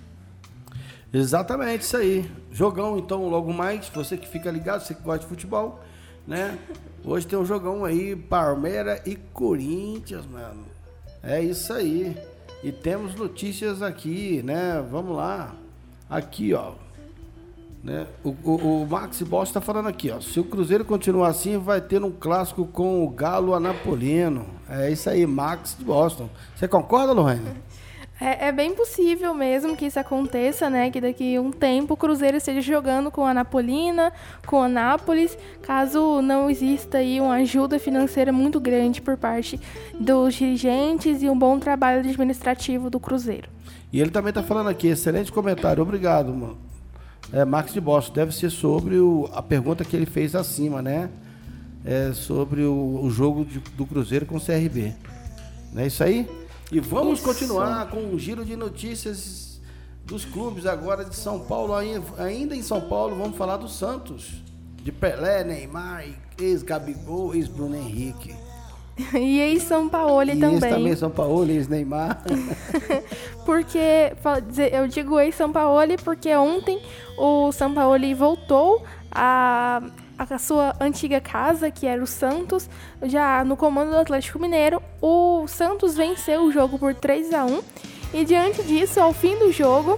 Exatamente, isso aí. Jogão, então, logo mais, você que fica ligado, você que gosta de futebol, né? Hoje tem um jogão aí, Palmeiras e Corinthians, mano. É isso aí. E temos notícias aqui, né? Vamos lá. Aqui, ó. Né? O Max Bosch tá falando aqui, ó. Se o Cruzeiro continuar assim, vai ter um clássico com o Galo Anapolino. É isso aí, Max de Boston. Você concorda, Lohane? É bem possível mesmo que isso aconteça, né? Que daqui a um tempo o Cruzeiro esteja jogando com a Anapolina, com a Nápoles, caso não exista aí uma ajuda financeira muito grande por parte dos dirigentes e um bom trabalho administrativo do Cruzeiro. E ele também tá falando aqui, excelente comentário, obrigado, mano. Max de Boston, deve ser sobre a pergunta que ele fez acima, né? Sobre o jogo do Cruzeiro com o CRB. Não é isso aí? E vamos continuar com um giro de notícias dos clubes agora de São Paulo. Ainda em São Paulo, vamos falar do Santos. De Pelé, Neymar, ex-Gabigol, ex-Bruno Henrique. E ex-Sampaoli também. Também Sampaoli, ex-Neymar. Porque, eu digo ex-Sampaoli porque ontem o Sampaoli voltou a sua antiga casa, que era o Santos, já no comando do Atlético Mineiro. O Santos venceu o jogo por 3-1 e diante disso, ao fim do jogo,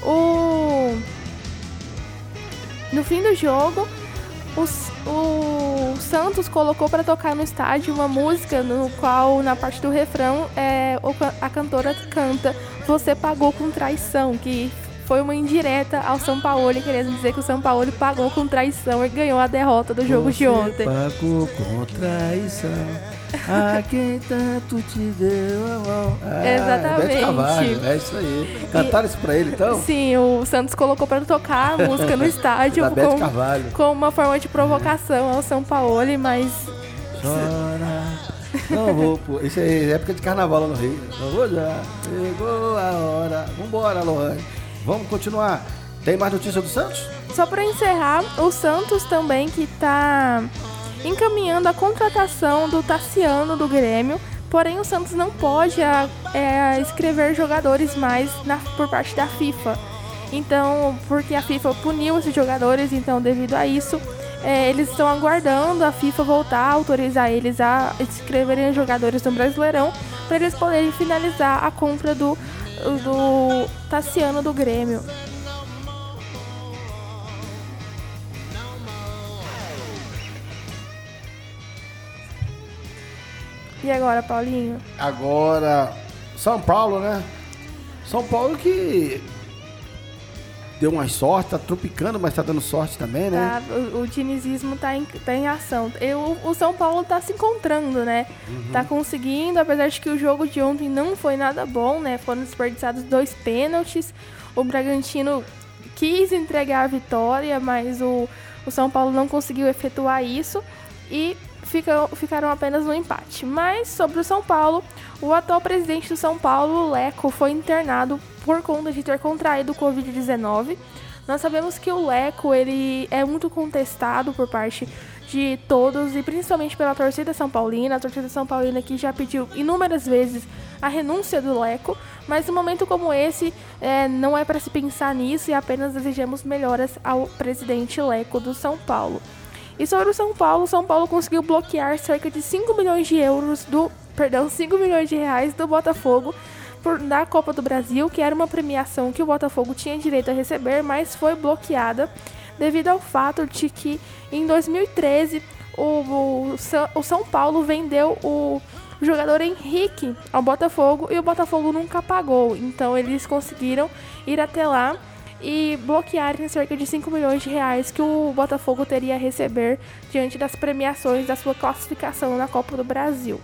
no fim do jogo, o Santos colocou para tocar no estádio uma música no qual, na parte do refrão, a cantora canta "Você pagou com traição", que foi uma indireta ao Sampaoli, querendo dizer que o Sampaoli pagou com traição e ganhou a derrota do jogo de ontem. Você pagou com traição a quem tanto te deu a mão. Exatamente. Bete Carvalho, é isso aí. Cantaram isso pra ele, então? Sim, o Santos colocou para tocar a música no estádio com uma forma de provocação ao Sampaoli, mas... Chora. Não vou, pô. Isso é época de carnaval lá no Rio. Não vou já. Chegou a hora. Vambora, Lohane. Vamos continuar. Tem mais notícia do Santos? Só para encerrar, o Santos também que está encaminhando a contratação do Tassiano do Grêmio, porém o Santos não pode inscrever jogadores mais por parte da FIFA. Então, porque a FIFA puniu esses jogadores, então devido a isso, eles estão aguardando a FIFA voltar a autorizar eles a inscreverem jogadores no Brasileirão para eles poderem finalizar a compra do Tassiano do Grêmio. E agora, Paulinho? Agora, São Paulo, né? São Paulo que deu uma sorte, tá tropicando, mas tá dando sorte também, né? O dinizismo tá em ação. O São Paulo tá se encontrando, né? Tá conseguindo, apesar de que o jogo de ontem não foi nada bom, né? Foram desperdiçados 2 pênaltis. O Bragantino quis entregar a vitória, mas o São Paulo não conseguiu efetuar isso e ficaram apenas no empate. Mas sobre o São Paulo, o atual presidente do São Paulo, o Leco, foi internado por conta de ter contraído o Covid-19. Nós sabemos que o Leco ele é muito contestado por parte de todos e principalmente pela torcida São Paulina. A torcida São Paulina que já pediu inúmeras vezes a renúncia do Leco, mas em um momento como esse não é para se pensar nisso e apenas desejamos melhoras ao presidente Leco do São Paulo. E sobre o São Paulo conseguiu bloquear cerca de 5 milhões de reais do Botafogo da Copa do Brasil, que era uma premiação que o Botafogo tinha direito a receber, mas foi bloqueada devido ao fato de que em 2013 o São Paulo vendeu o jogador Henrique ao Botafogo e o Botafogo nunca pagou. Então eles conseguiram ir até lá e bloquearem cerca de 5 milhões de reais que o Botafogo teria a receber diante das premiações da sua classificação na Copa do Brasil.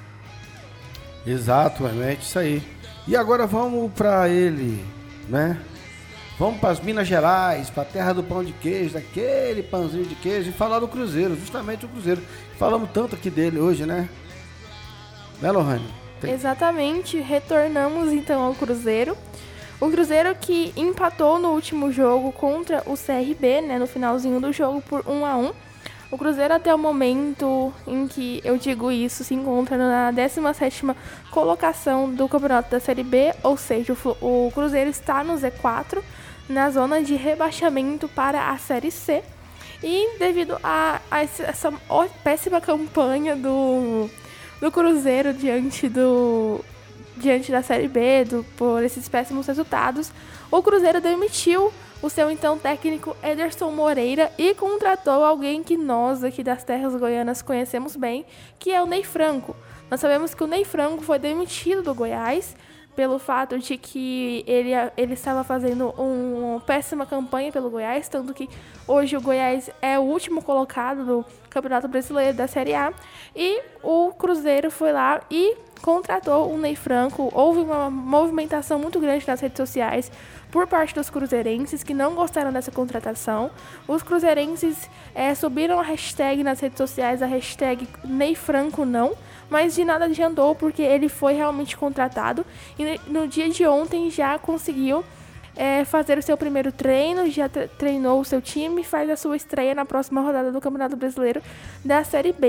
Exatamente, isso aí. E agora vamos para ele, né? Vamos para as Minas Gerais, para a terra do pão de queijo, daquele pãozinho de queijo, e falar do Cruzeiro, justamente o Cruzeiro. Falamos tanto aqui dele hoje, né? Né, Lohane? Exatamente, retornamos então ao Cruzeiro. O Cruzeiro que empatou no último jogo contra o CRB, né, no finalzinho do jogo, por 1-1. O Cruzeiro, até o momento em que eu digo isso, se encontra na 17ª colocação do campeonato da Série B, ou seja, o Cruzeiro está no Z4, na zona de rebaixamento para a Série C. E devido a essa péssima campanha do Cruzeiro diante da Série B, por esses péssimos resultados, o Cruzeiro demitiu o seu então técnico Ederson Moreira e contratou alguém que nós aqui das terras goianas conhecemos bem, que é o Ney Franco. Nós sabemos que o Ney Franco foi demitido do Goiás pelo fato de que ele estava fazendo uma péssima campanha pelo Goiás, tanto que hoje o Goiás é o último colocado do Campeonato Brasileiro da Série A, e o Cruzeiro foi lá e contratou o Ney Franco. Houve uma movimentação muito grande nas redes sociais por parte dos cruzeirenses que não gostaram dessa contratação. Os cruzeirenses subiram a hashtag nas redes sociais, a hashtag Ney Franco não, mas de nada adiantou porque ele foi realmente contratado e no dia de ontem já conseguiu fazer o seu primeiro treino, já treinou o seu time e faz a sua estreia na próxima rodada do Campeonato Brasileiro da Série B.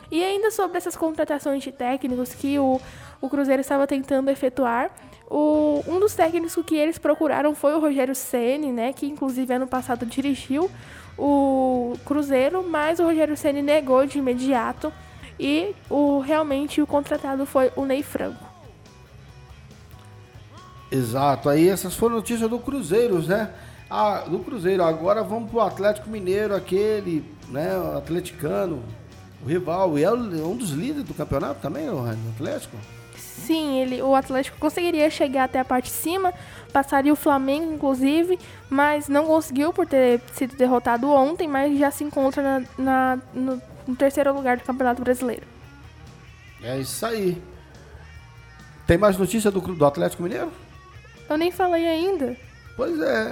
E ainda sobre essas contratações de técnicos que o Cruzeiro estava tentando efetuar, um dos técnicos que eles procuraram foi o Rogério Ceni, né, que inclusive ano passado dirigiu o Cruzeiro, mas o Rogério Ceni negou de imediato e realmente o contratado foi o Ney Franco. Exato, aí essas foram notícias do Cruzeiro, né? Do Cruzeiro. Agora vamos pro Atlético Mineiro, aquele, né, o atleticano, o rival, e é um dos líderes do campeonato também, o Atlético? Sim, o Atlético conseguiria chegar até a parte de cima, passaria o Flamengo, inclusive, mas não conseguiu por ter sido derrotado ontem, mas já se encontra no terceiro lugar do Campeonato Brasileiro. É isso aí. Tem mais notícia do Atlético Mineiro? Eu nem falei ainda. Pois é.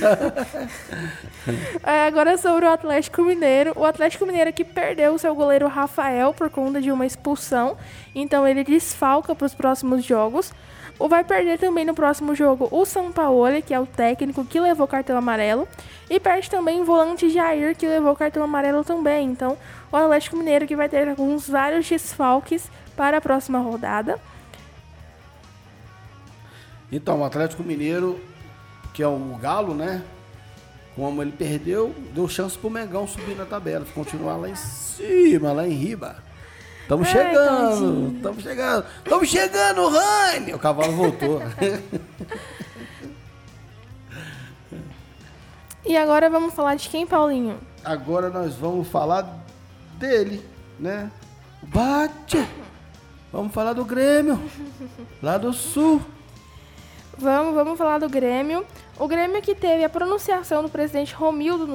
Agora sobre o Atlético Mineiro. O Atlético Mineiro que perdeu o seu goleiro Rafael por conta de uma expulsão. Então ele desfalca para os próximos jogos. Vai perder também no próximo jogo o Sampaoli, que é o técnico que levou cartão amarelo. E perde também o volante Jair, que levou cartão amarelo também. Então o Atlético Mineiro que vai ter vários desfalques para a próxima rodada. Então o Atlético Mineiro, que é o Galo, né? Como ele perdeu, deu chance pro Mengão subir na tabela, continuar lá em cima, lá em riba. Estamos chegando, Rani! O cavalo voltou. E agora vamos falar de quem, Paulinho? Agora nós vamos falar dele, né? Bate! Vamos falar do Grêmio, lá do Sul. Vamos falar do Grêmio. O Grêmio que teve a pronunciação do presidente Romildo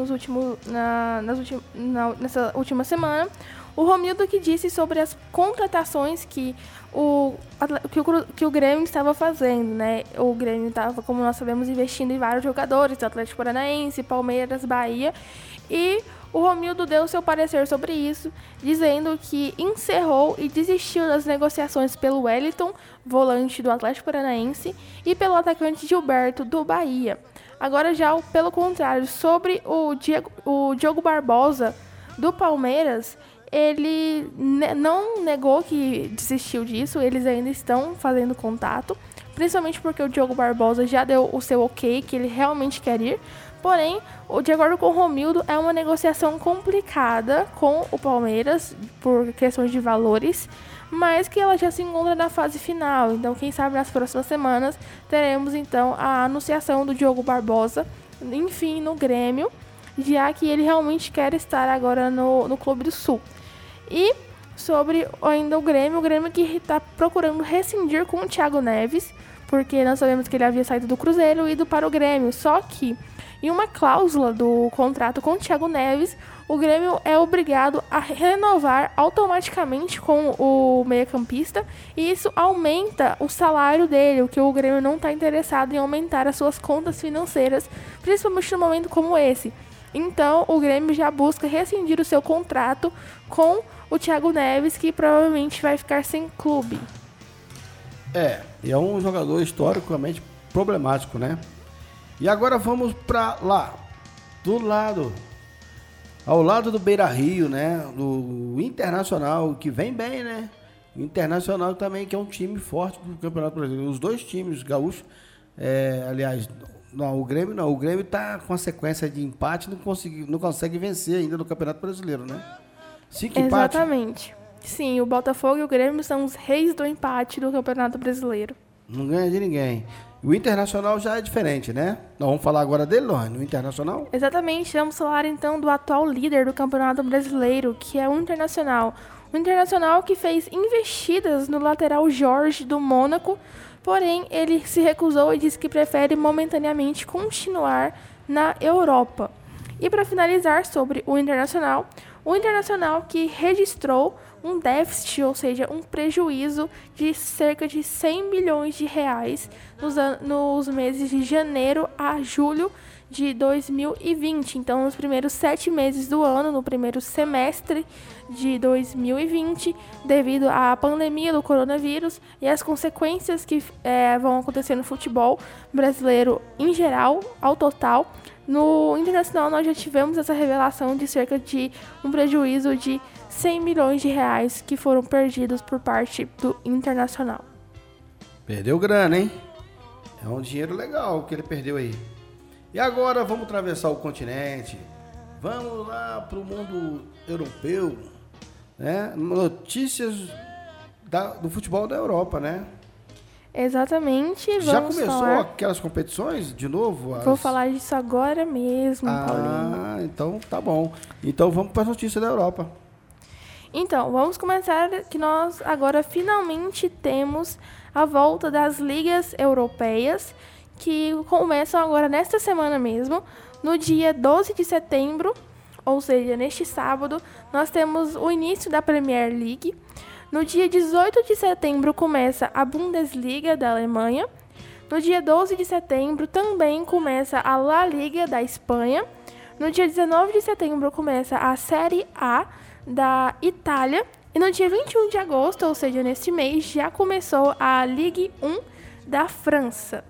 nessa última semana. O Romildo que disse sobre as contratações que o Grêmio estava fazendo, né? O Grêmio estava, como nós sabemos, investindo em vários jogadores, do Atlético Paranaense, Palmeiras, Bahia. E o Romildo deu seu parecer sobre isso, dizendo que encerrou e desistiu das negociações pelo Wellington, volante do Atlético Paranaense, e pelo atacante Gilberto, do Bahia. Agora já, pelo contrário, sobre o Diogo Barbosa, do Palmeiras, ele não negou que desistiu disso, eles ainda estão fazendo contato, principalmente porque o Diogo Barbosa já deu o seu ok, que ele realmente quer ir. Porém, de acordo com o Romildo, é uma negociação complicada com o Palmeiras, por questões de valores, mas que ela já se encontra na fase final. Então, quem sabe nas próximas semanas teremos então a anunciação do Diogo Barbosa, enfim, no Grêmio, já que ele realmente quer estar agora no Clube do Sul. E sobre ainda o Grêmio que está procurando rescindir com o Thiago Neves, porque nós sabemos que ele havia saído do Cruzeiro e ido para o Grêmio, só que em uma cláusula do contrato com o Thiago Neves, o Grêmio é obrigado a renovar automaticamente com o meio-campista, e isso aumenta o salário dele, o que o Grêmio não está interessado em aumentar as suas contas financeiras, principalmente num momento como esse. Então, o Grêmio já busca rescindir o seu contrato com o Thiago Neves, que provavelmente vai ficar sem clube. E é um jogador historicamente problemático, né? E agora vamos para lá, ao lado do Beira-Rio, né? Do Internacional, que vem bem, né? O Internacional também, que é um time forte do Campeonato Brasileiro. Os dois times gaúchos, o Grêmio tá com a sequência de empate, não consegue vencer ainda no Campeonato Brasileiro, né? 5 empates. Exatamente. Sim, o Botafogo e o Grêmio são os reis do empate do Campeonato Brasileiro. Não ganha de ninguém. O Internacional já é diferente, né? Nós vamos falar agora dele, Lohane, o Internacional? Exatamente, vamos falar então do atual líder do Campeonato Brasileiro, que é o Internacional. O Internacional que fez investidas no lateral Jorge do Mônaco, porém ele se recusou e disse que prefere momentaneamente continuar na Europa. E para finalizar sobre o Internacional que registrou um déficit, ou seja, um prejuízo de cerca de 100 milhões de reais nos meses de janeiro a julho de 2020. Então, nos primeiros 7 meses do ano, no primeiro semestre de 2020, devido à pandemia do coronavírus e às consequências que vão acontecer no futebol brasileiro em geral, ao total. No Internacional, nós já tivemos essa revelação de cerca de um prejuízo de 100 milhões de reais que foram perdidos por parte do Internacional. Perdeu grana, hein? É um dinheiro legal que ele perdeu aí. E agora vamos atravessar o continente. Vamos lá para o mundo europeu, né? Notícias do futebol da Europa, né? Exatamente. Já começou aquelas competições de novo? Vou falar disso agora mesmo, Paulinho. Então tá bom. Então vamos para as notícias da Europa. Então, vamos começar que nós agora finalmente temos a volta das ligas europeias, que começam agora nesta semana mesmo, no dia 12 de setembro, ou seja, neste sábado, nós temos o início da Premier League. No dia 18 de setembro começa a Bundesliga da Alemanha. No dia 12 de setembro também começa a La Liga da Espanha. No dia 19 de setembro começa a Série A da Itália. E no dia 21 de agosto, ou seja, neste mês, já começou a Ligue 1 da França.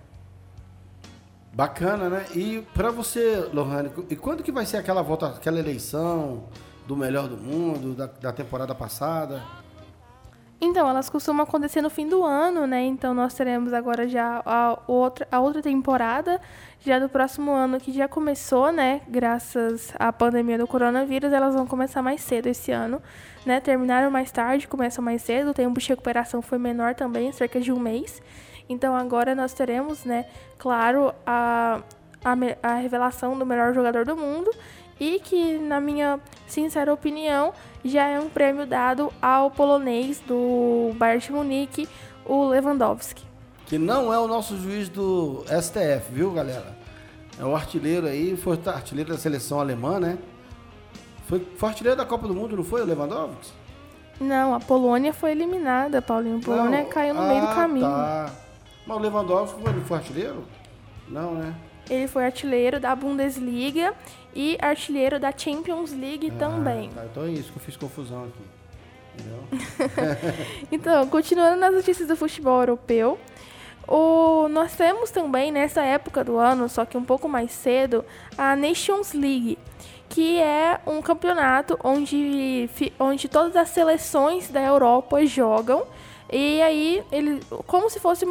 Bacana, né? E para você, Lohane, e quando que vai ser aquela volta, aquela eleição do melhor do mundo, da temporada passada? Então, elas costumam acontecer no fim do ano, né? Então, nós teremos agora já a outra temporada, já do próximo ano, que já começou, né? Graças à pandemia do coronavírus, elas vão começar mais cedo esse ano, né? Terminaram mais tarde, começam mais cedo, o tempo de recuperação foi menor também, cerca de um mês. Então, agora nós teremos, né? Claro, a revelação do melhor jogador do mundo, e que, na minha sincera opinião, já é um prêmio dado ao polonês do Bayern de Munique, o Lewandowski. Que não é o nosso juiz do STF, viu, galera? É o artilheiro aí, foi artilheiro da seleção alemã, né? Foi artilheiro da Copa do Mundo, não foi o Lewandowski? Não, a Polônia foi eliminada, Paulinho. A Polônia caiu no meio do caminho. Tá. Mas o Lewandowski, ele foi artilheiro? Não, né? Ele foi artilheiro da Bundesliga e artilheiro da Champions League também. Tá, então é isso que eu fiz confusão aqui. Entendeu? Então, continuando nas notícias do futebol europeu, nós temos também, nessa época do ano, só que um pouco mais cedo, a Nations League, que é um campeonato onde todas as seleções da Europa jogam. E aí, como se fosse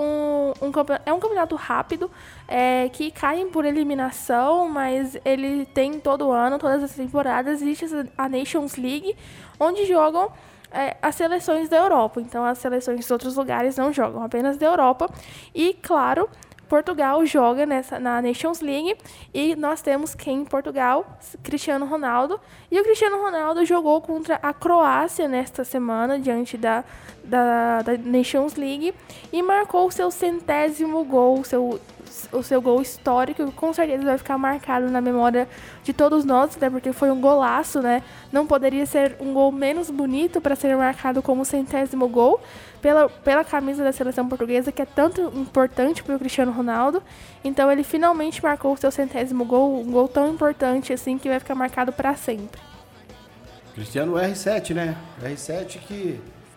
um campeonato rápido, que cai por eliminação, mas ele tem todo ano, todas as temporadas, existe a Nations League, onde jogam as seleções da Europa. Então, as seleções de outros lugares não jogam, apenas da Europa. E, claro, Portugal joga na Nations League, e nós temos quem em Portugal? Cristiano Ronaldo. E o Cristiano Ronaldo jogou contra a Croácia nesta semana, diante da Nations League, e marcou o seu 100º gol, o seu gol histórico, que com certeza vai ficar marcado na memória de todos nós, né, porque foi um golaço, né? Não poderia ser um gol menos bonito para ser marcado como o 100º gol, pela camisa da seleção portuguesa, que é tanto importante para o Cristiano Ronaldo. Então ele finalmente marcou o seu 100º gol, um gol tão importante assim, que vai ficar marcado para sempre. Cristiano R7, né? R7 que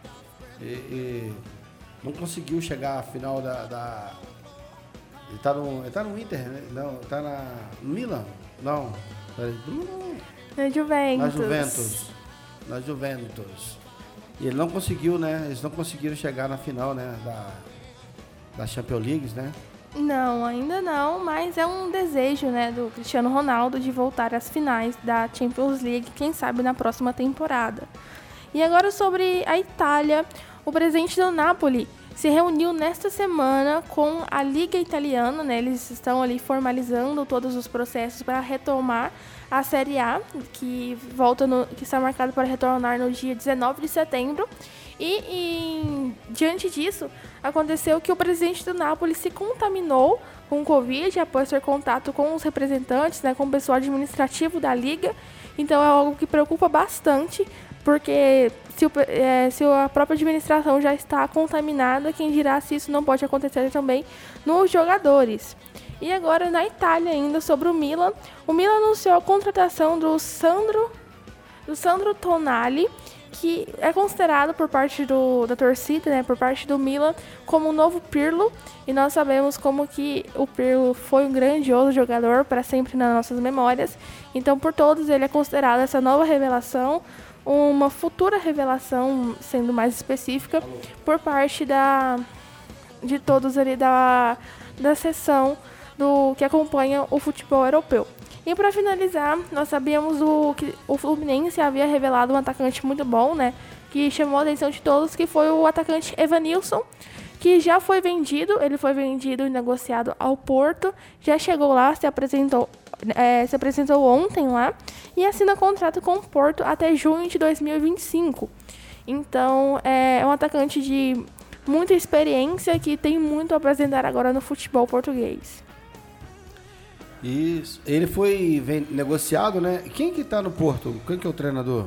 não conseguiu chegar à final da ele tá no Inter, né? Não, tá no Milan? Não. Na Juventus. E ele não conseguiu, né? Eles não conseguiram chegar na final, né? Da Champions League, né? Não, ainda não, mas é um desejo, né, do Cristiano Ronaldo de voltar às finais da Champions League, quem sabe na próxima temporada. E agora sobre a Itália, o presidente do Napoli se reuniu nesta semana com a Liga Italiana, né? Eles estão ali formalizando todos os processos para retomar a Série A, que está marcado para retornar no dia 19 de setembro. E diante disso, aconteceu que o presidente do Napoli se contaminou com Covid após ter contato com os representantes, né, com o pessoal administrativo da Liga. Então é algo que preocupa bastante, porque se a própria administração já está contaminada, quem dirá se isso não pode acontecer também nos jogadores. E agora na Itália ainda, sobre o Milan anunciou a contratação do Sandro Tonali, que é considerado por parte da torcida, né, por parte do Milan, como um novo Pirlo. E nós sabemos como que o Pirlo foi um grandioso jogador para sempre nas nossas memórias. Então, por todos, ele é considerado essa nova revelação uma futura revelação, sendo mais específica, por parte de todos ali da seção que acompanha o futebol europeu. E para finalizar, nós sabíamos que o Fluminense havia revelado um atacante muito bom, né? Que chamou a atenção de todos, que foi o atacante Evanilson, que já foi vendido. Ele foi vendido e negociado ao Porto, já chegou lá, se apresentou ontem lá e assina contrato com o Porto até junho de 2025. Então, é um atacante de muita experiência que tem muito a apresentar agora no futebol português. Isso. Ele foi negociado, né? Quem que tá no Porto? Quem que é o treinador?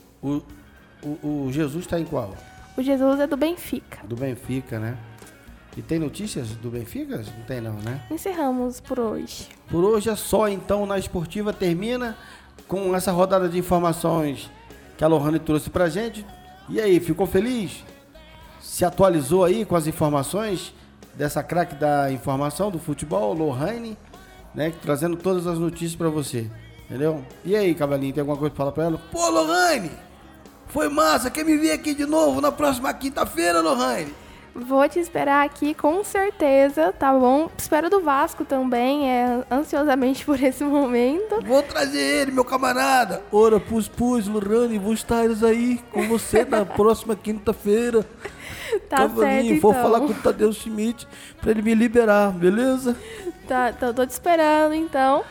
O Jesus tá em qual? O Jesus é do Benfica. Do Benfica, né? E tem notícias do Benfica? Não tem não, né? Encerramos por hoje. Por hoje é só, então, na Esportiva termina com essa rodada de informações que a Lohane trouxe pra gente. E aí, ficou feliz? Se atualizou aí com as informações dessa craque da informação do futebol, Lohane, né? Trazendo todas as notícias pra você, entendeu? E aí, cavalinho, tem alguma coisa pra falar pra ela? Pô, Lohane, foi massa, quer me ver aqui de novo na próxima quinta-feira, Lohane? Vou te esperar aqui com certeza, tá bom? Espero do Vasco também, ansiosamente por esse momento. Vou trazer ele, meu camarada. Ora, pus, Lohane, vou estar aí com você na próxima quinta-feira. Tá Cavalinho, certo, vou então. falar com o Tadeu Schmidt pra ele me liberar, beleza? Tá, tô te esperando, então.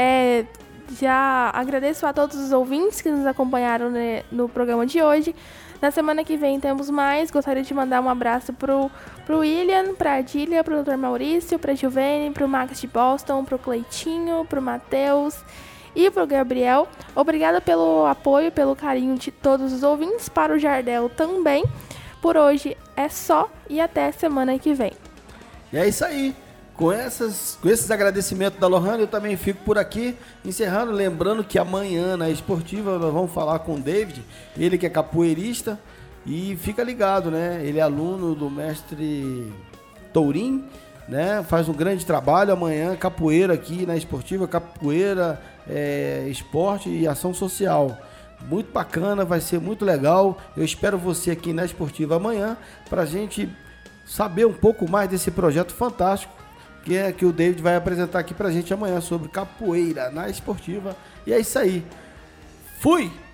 Já agradeço a todos os ouvintes que nos acompanharam no programa de hoje. Na semana que vem temos mais. Gostaria de mandar um abraço pro William, pra Adília, pro Dr. Maurício, pra Giovanni, pro Max de Boston, pro Cleitinho, pro Matheus e pro Gabriel. Obrigada pelo apoio, pelo carinho de todos os ouvintes. Para o Jardel também. Por hoje é só e até semana que vem. E é isso aí. Com esses agradecimentos da Lohane, eu também fico por aqui, encerrando, lembrando que amanhã na Esportiva nós vamos falar com o David, ele que é capoeirista, e fica ligado, né? Ele é aluno do mestre Tourim, né? Faz um grande trabalho amanhã, capoeira aqui na Esportiva, capoeira, esporte e ação social. Muito bacana, vai ser muito legal. Eu espero você aqui na Esportiva amanhã pra gente saber um pouco mais desse projeto fantástico que o David vai apresentar aqui pra gente amanhã sobre capoeira na Esportiva. E é isso aí. Fui!